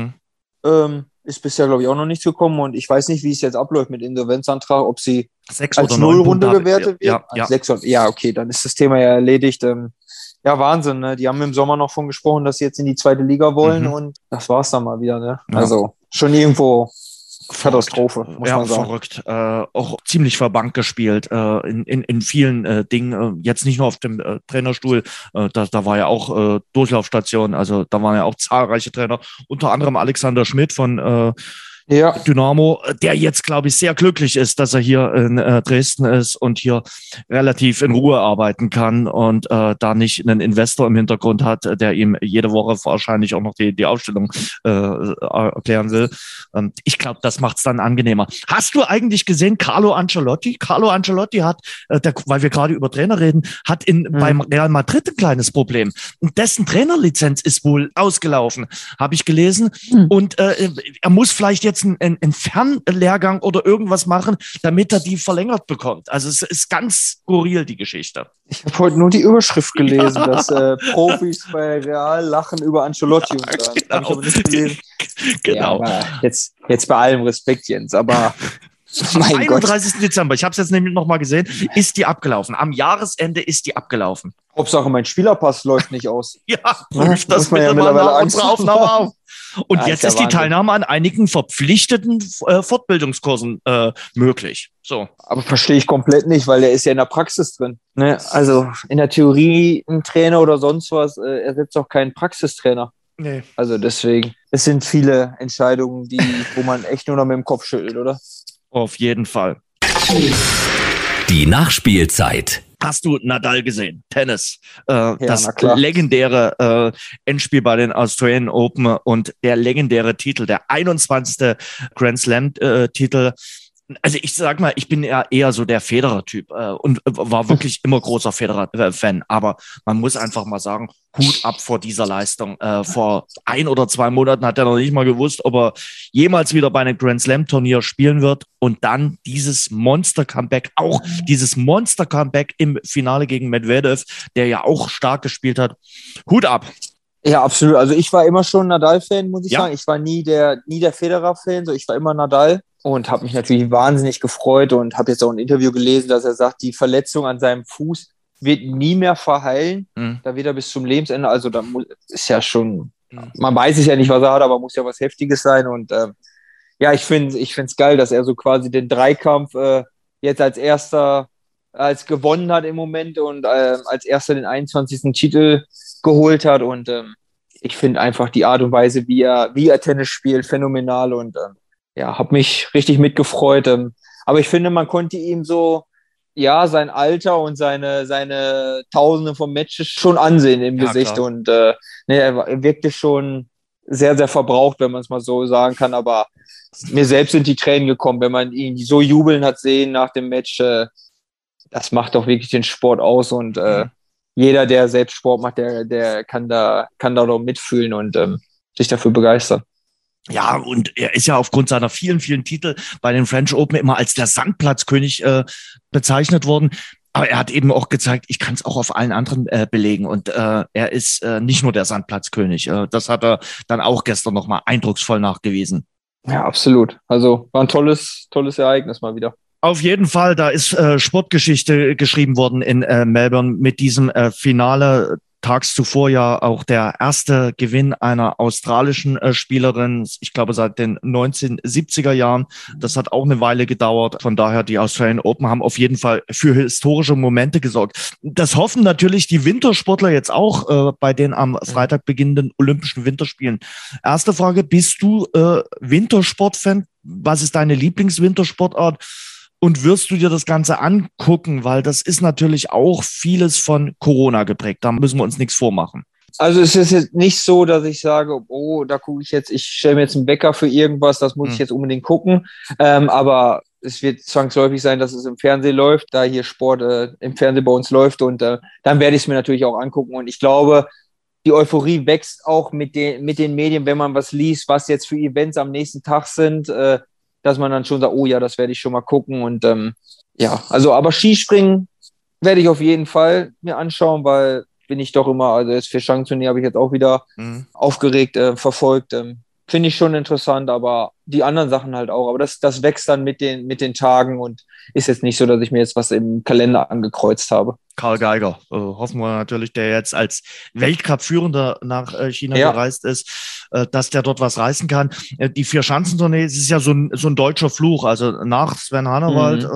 Ist bisher, glaube ich, auch noch nichts gekommen und ich weiß nicht, wie es jetzt abläuft mit Insolvenzantrag, ob sie 6 als oder 9 Nullrunde Punkte gewertet wird. Ja, okay, dann ist das Thema ja erledigt. Ja, Wahnsinn, ne? Die haben im Sommer noch von gesprochen, dass sie jetzt in die 2. Liga wollen und das war's dann mal wieder, ne? Ja. Also schon irgendwo Katastrophe, muss man sagen. Verrückt. Auch ziemlich verbankt gespielt in vielen Dingen. Jetzt nicht nur auf dem Trainerstuhl, da war ja auch Durchlaufstation, also da waren ja auch zahlreiche Trainer, unter anderem Alexander Schmidt von Dynamo, der jetzt, glaube ich, sehr glücklich ist, dass er hier in Dresden ist und hier relativ in Ruhe arbeiten kann und da nicht einen Investor im Hintergrund hat, der ihm jede Woche wahrscheinlich auch noch die Aufstellung erklären will. Ich glaube, das macht es dann angenehmer. Hast du eigentlich gesehen, Carlo Ancelotti? Carlo Ancelotti hat, weil wir gerade über Trainer reden, hat beim Real Madrid ein kleines Problem. Und dessen Trainerlizenz ist wohl ausgelaufen, habe ich gelesen. Und er muss vielleicht jetzt jetzt einen Fernlehrgang oder irgendwas machen, damit er die verlängert bekommt. Also es ist ganz skurril, die Geschichte. Ich habe heute nur die Überschrift gelesen, dass Profis bei Real lachen über Ancelotti und dann. Genau. Habe ich aber nicht gelesen. Genau. Ja, aber jetzt bei allem Respekt, Jens, aber Am mein Gott. 31. Dezember, ich habe es jetzt nämlich nochmal gesehen, ist die abgelaufen. Am Jahresende ist die abgelaufen. Hauptsache, mein Spielerpass läuft nicht aus. Ja, prüft das bitte mal nach unserer Aufnahme auf. Und jetzt ist die Teilnahme an einigen verpflichteten Fortbildungskursen möglich. So. Aber verstehe ich komplett nicht, weil der ist ja in der Praxis drin. Ne? Also in der Theorie ein Trainer oder sonst was ersetzt auch keinen Praxistrainer. Nee. Also deswegen, es sind viele Entscheidungen, wo man echt nur noch mit dem Kopf schüttelt, oder? Auf jeden Fall. Die Nachspielzeit. Hast du Nadal gesehen? Tennis. Das na klar. legendäre Endspiel bei den Australian Open und der legendäre Titel, der 21. Grand Slam-Titel. Also ich sag mal, ich bin eher so der Federer-Typ und war wirklich immer großer Federer-Fan. Aber man muss einfach mal sagen, Hut ab vor dieser Leistung. Vor 1 oder 2 Monaten hat er noch nicht mal gewusst, ob er jemals wieder bei einem Grand Slam-Turnier spielen wird. Und dann dieses Monster-Comeback, auch dieses Monster-Comeback im Finale gegen Medvedev, der ja auch stark gespielt hat. Hut ab. Ja, absolut. Also ich war immer schon Nadal-Fan, muss ich sagen. Ich war nie der Federer-Fan, so ich war immer Nadal. Und habe mich natürlich wahnsinnig gefreut und habe jetzt auch ein Interview gelesen, dass er sagt, die Verletzung an seinem Fuß wird nie mehr verheilen. Da wird er bis zum Lebensende, also da ist ja schon, man weiß es ja nicht, was er hat, aber muss ja was Heftiges sein. Und ja, ich finde es geil, dass er so quasi den Dreikampf jetzt als gewonnen hat im Moment und als erster den 21. Titel geholt hat. Und ich finde einfach die Art und Weise, wie er Tennis spielt, phänomenal und ja, habe mich richtig mitgefreut. Aber ich finde, man konnte ihm so, ja, sein Alter und seine Tausende von Matches schon ansehen im Gesicht. Klar. Und er wirkte schon sehr, sehr verbraucht, wenn man es mal so sagen kann. Aber mir selbst sind die Tränen gekommen, wenn man ihn so jubeln hat sehen nach dem Match. Das macht doch wirklich den Sport aus. Und jeder, der selbst Sport macht, der kann da doch mitfühlen und sich dafür begeistern. Ja, und er ist ja aufgrund seiner vielen, vielen Titel bei den French Open immer als der Sandplatzkönig bezeichnet worden. Aber er hat eben auch gezeigt, ich kann es auch auf allen anderen belegen. Und er ist nicht nur der Sandplatzkönig. Das hat er dann auch gestern nochmal eindrucksvoll nachgewiesen. Ja, absolut. Also war ein tolles Ereignis mal wieder. Auf jeden Fall, da ist Sportgeschichte geschrieben worden in Melbourne mit diesem Finale. Tags zuvor ja auch der erste Gewinn einer australischen Spielerin, ich glaube seit den 1970er Jahren. Das hat auch eine Weile gedauert. Von daher, die Australian Open haben auf jeden Fall für historische Momente gesorgt. Das hoffen natürlich die Wintersportler jetzt auch bei den am Freitag beginnenden Olympischen Winterspielen. Erste Frage, bist du Wintersportfan? Was ist deine Lieblingswintersportart? Und wirst du dir das Ganze angucken? Weil das ist natürlich auch vieles von Corona geprägt. Da müssen wir uns nichts vormachen. Also es ist jetzt nicht so, dass ich sage, oh, da gucke ich stelle mir jetzt einen Wecker für irgendwas, das muss ich jetzt unbedingt gucken. Aber es wird zwangsläufig sein, dass es im Fernsehen läuft, da hier Sport im Fernsehen bei uns läuft. Und dann werde ich es mir natürlich auch angucken. Und ich glaube, die Euphorie wächst auch mit den Medien, wenn man was liest, was jetzt für Events am nächsten Tag sind, dass man dann schon sagt, oh ja, das werde ich schon mal gucken. Und ja, also aber Skispringen werde ich auf jeden Fall mir anschauen, weil bin ich doch immer, also das Vierschanzenturnier habe ich jetzt auch wieder aufgeregt verfolgt. Finde ich schon interessant, aber die anderen Sachen halt auch. Aber das wächst dann mit den Tagen und ist jetzt nicht so, dass ich mir jetzt was im Kalender angekreuzt habe. Karl Geiger, hoffen wir natürlich, der jetzt als Weltcup-Führender nach China gereist ist, dass der dort was reißen kann. Die Vierschanzentournee, es ist ja so ein deutscher Fluch. Also nach Sven Hannawald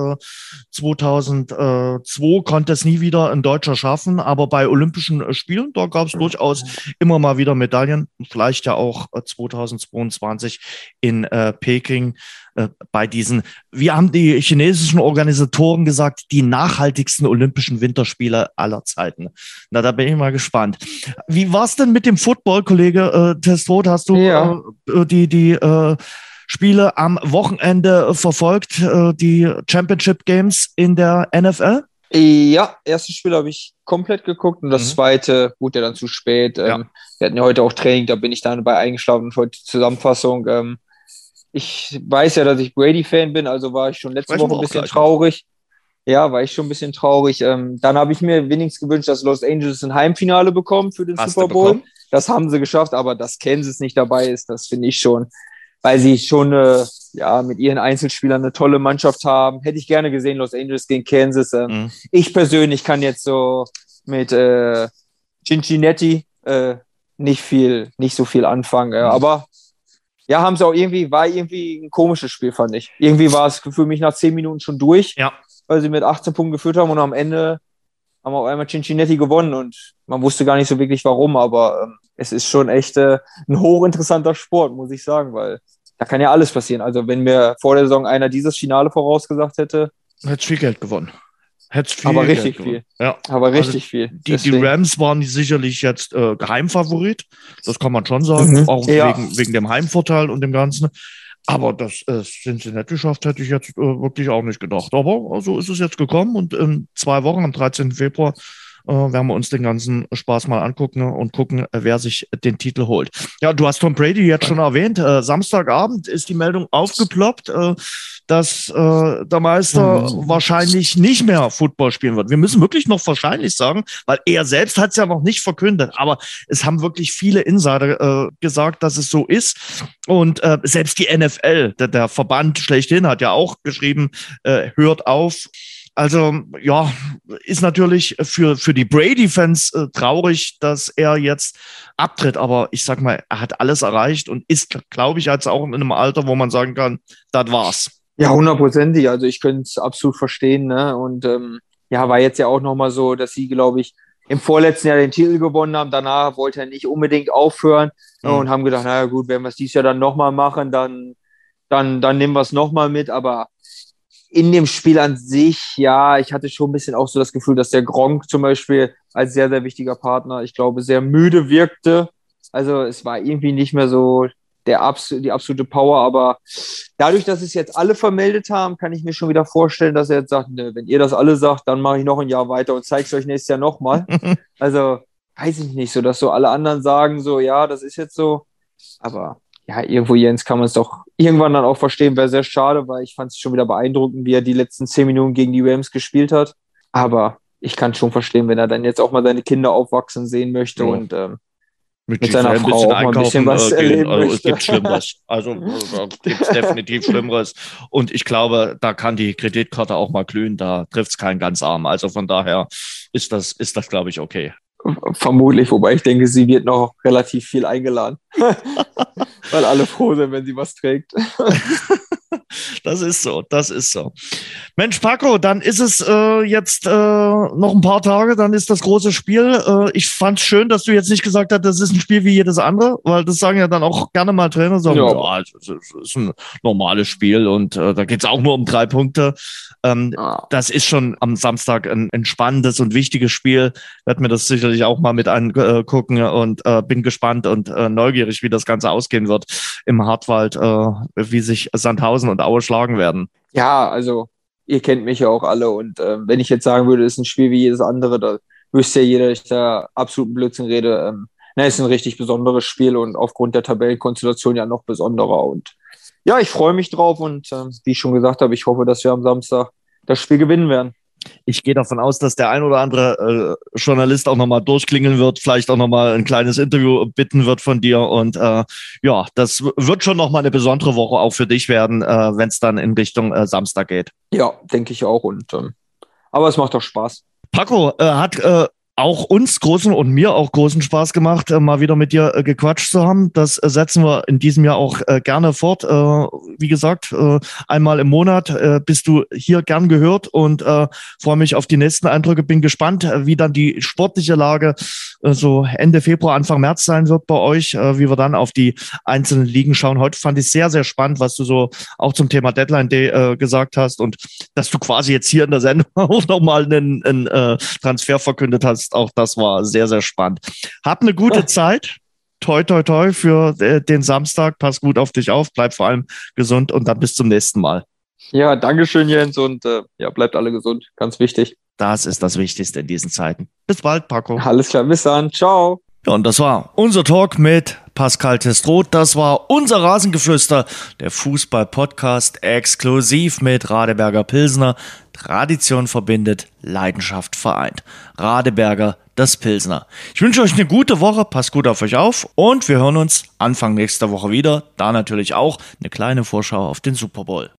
2002 konnte es nie wieder ein Deutscher schaffen, aber bei Olympischen Spielen, da gab es durchaus immer mal wieder Medaillen, vielleicht ja auch 2022 in Peking. Bei diesen, wie haben die chinesischen Organisatoren gesagt, die nachhaltigsten Olympischen Winterspiele aller Zeiten. Na, da bin ich mal gespannt. Wie war es denn mit dem Football, Kollege Testrot? Hast du die Spiele am Wochenende verfolgt, die Championship Games in der NFL? Ja, erstes Spiel habe ich komplett geguckt und das zweite wurde ja dann zu spät. Wir hatten ja heute auch Training, da bin ich dann bei eingeschlafen und heute Zusammenfassung. ich weiß ja, dass ich Brady-Fan bin, also war ich schon letzte Woche ein bisschen traurig. Ja, war ich schon ein bisschen traurig. Dann habe ich mir wenigstens gewünscht, dass Los Angeles ein Heimfinale bekommen für den Super Bowl. Das haben sie geschafft, aber dass Kansas nicht dabei ist, das finde ich schon, weil sie schon mit ihren Einzelspielern eine tolle Mannschaft haben. Hätte ich gerne gesehen, Los Angeles gegen Kansas. Ich persönlich kann jetzt so mit Cincinnati nicht so viel anfangen. Aber ja, haben sie auch war irgendwie ein komisches Spiel, fand ich. Irgendwie war es für mich nach 10 Minuten schon durch. Ja. Weil sie mit 18 Punkten geführt haben und am Ende haben auf einmal Cincinnati gewonnen und man wusste gar nicht so wirklich warum, aber es ist schon echt ein hochinteressanter Sport, muss ich sagen, weil da kann ja alles passieren. Also wenn mir vor der Saison einer dieses Finale vorausgesagt hätte, hättest viel Geld gewonnen. Aber richtig viel. Ja. Aber richtig viel. Die Rams waren sicherlich jetzt Geheimfavorit, das kann man schon sagen, auch wegen dem Heimvorteil und dem Ganzen. Aber das Cincinnati schafft, hätte ich jetzt wirklich auch nicht gedacht. Aber so ist es jetzt gekommen und in 2 Wochen, am 13. Februar, werden wir uns den ganzen Spaß mal angucken und gucken, wer sich den Titel holt. Ja, du hast Tom Brady jetzt schon erwähnt. Samstagabend ist die Meldung aufgeploppt, dass der Meister wahrscheinlich nicht mehr Football spielen wird. Wir müssen wirklich noch wahrscheinlich sagen, weil er selbst hat es ja noch nicht verkündet. Aber es haben wirklich viele Insider gesagt, dass es so ist. Und selbst die NFL, der Verband schlechthin, hat ja auch geschrieben, hört auf. Also ja, ist natürlich für die Brady-Fans traurig, dass er jetzt abtritt. Aber ich sag mal, er hat alles erreicht und ist, glaube ich, jetzt auch in einem Alter, wo man sagen kann, das war's. Ja, 100%. Also ich könnte es absolut verstehen. Ne? Und war jetzt ja auch nochmal so, dass sie, glaube ich, im vorletzten Jahr den Titel gewonnen haben. Danach wollte er nicht unbedingt aufhören und haben gedacht, naja gut, wenn wir es dieses Jahr dann nochmal machen, dann nehmen wir es nochmal mit. Aber in dem Spiel an sich, ja, ich hatte schon ein bisschen auch so das Gefühl, dass der Gronk zum Beispiel als sehr, sehr wichtiger Partner, ich glaube, sehr müde wirkte. Also es war irgendwie nicht mehr so die absolute Power, aber dadurch, dass es jetzt alle vermeldet haben, kann ich mir schon wieder vorstellen, dass er jetzt sagt, ne, wenn ihr das alle sagt, dann mache ich noch ein Jahr weiter und zeige es euch nächstes Jahr nochmal. Also weiß ich nicht, so dass so alle anderen sagen, so ja, das ist jetzt so, aber ja, irgendwo, Jens, kann man es doch irgendwann dann auch verstehen, wäre sehr schade, weil ich fand es schon wieder beeindruckend, wie er die letzten 10 Minuten gegen die Rams gespielt hat. Aber ich kann schon verstehen, wenn er dann jetzt auch mal seine Kinder aufwachsen sehen möchte und mit seiner Frau auch mal ein bisschen was erleben möchte. Es gibt Schlimmeres. Also da gibt es definitiv Schlimmeres. Und ich glaube, da kann die Kreditkarte auch mal glühen, da trifft es keinen ganz arm. Also von daher ist das glaube ich, okay. Vermutlich, wobei ich denke, sie wird noch relativ viel eingeladen. Weil alle froh sind, wenn sie was trägt. Das ist so. Mensch, Paco, dann ist es jetzt noch ein paar Tage, dann ist das große Spiel. Ich fand es schön, dass du jetzt nicht gesagt hast, das ist ein Spiel wie jedes andere, weil das sagen ja dann auch gerne mal Trainer, sagen, es ist ein normales Spiel und da geht es auch nur um 3 Punkte. Das ist schon am Samstag ein spannendes und wichtiges Spiel. Ich werde mir das sicherlich auch mal mit angucken und bin gespannt und neugierig, wie das Ganze ausgehen wird im Hartwald, wie sich Sandhausen und Aue schlagen werden. Ja, also ihr kennt mich ja auch alle und wenn ich jetzt sagen würde, es ist ein Spiel wie jedes andere, da wüsste ja jeder, dass ich da absoluten Blödsinn rede. Es ist ein richtig besonderes Spiel und aufgrund der Tabellenkonstellation ja noch besonderer. Und ja, ich freue mich drauf und wie ich schon gesagt habe, ich hoffe, dass wir am Samstag das Spiel gewinnen werden. Ich gehe davon aus, dass der ein oder andere Journalist auch nochmal durchklingeln wird, vielleicht auch nochmal ein kleines Interview bitten wird von dir. Und das wird schon nochmal eine besondere Woche auch für dich werden, wenn es dann in Richtung Samstag geht. Ja, denke ich auch. Aber es macht doch Spaß. Paco, hat auch uns großen und mir auch großen Spaß gemacht, mal wieder mit dir gequatscht zu haben. Das setzen wir in diesem Jahr auch gerne fort. Wie gesagt, einmal im Monat bist du hier gern gehört und freue mich auf die nächsten Eindrücke. Bin gespannt, wie dann die sportliche Lage so Ende Februar, Anfang März sein wird bei euch, wie wir dann auf die einzelnen Ligen schauen. Heute fand ich sehr, sehr spannend, was du so auch zum Thema Deadline Day gesagt hast und dass du quasi jetzt hier in der Sendung auch nochmal einen Transfer verkündet hast. Auch das war sehr, sehr spannend. Hab eine gute Zeit. Toi, toi, toi für den Samstag. Pass gut auf dich auf. Bleib vor allem gesund und dann bis zum nächsten Mal. Ja, dankeschön, Jens. Und bleibt alle gesund. Ganz wichtig. Das ist das Wichtigste in diesen Zeiten. Bis bald, Paco. Alles klar, bis dann. Ciao. Ja, und das war unser Talk mit Pascal Testroth. Das war unser Rasengeflüster, der Fußball-Podcast exklusiv mit Radeberger Pilsner. Tradition verbindet, Leidenschaft vereint. Radeberger, das Pilsner. Ich wünsche euch eine gute Woche, passt gut auf euch auf und wir hören uns Anfang nächster Woche wieder. Da natürlich auch eine kleine Vorschau auf den Super Bowl.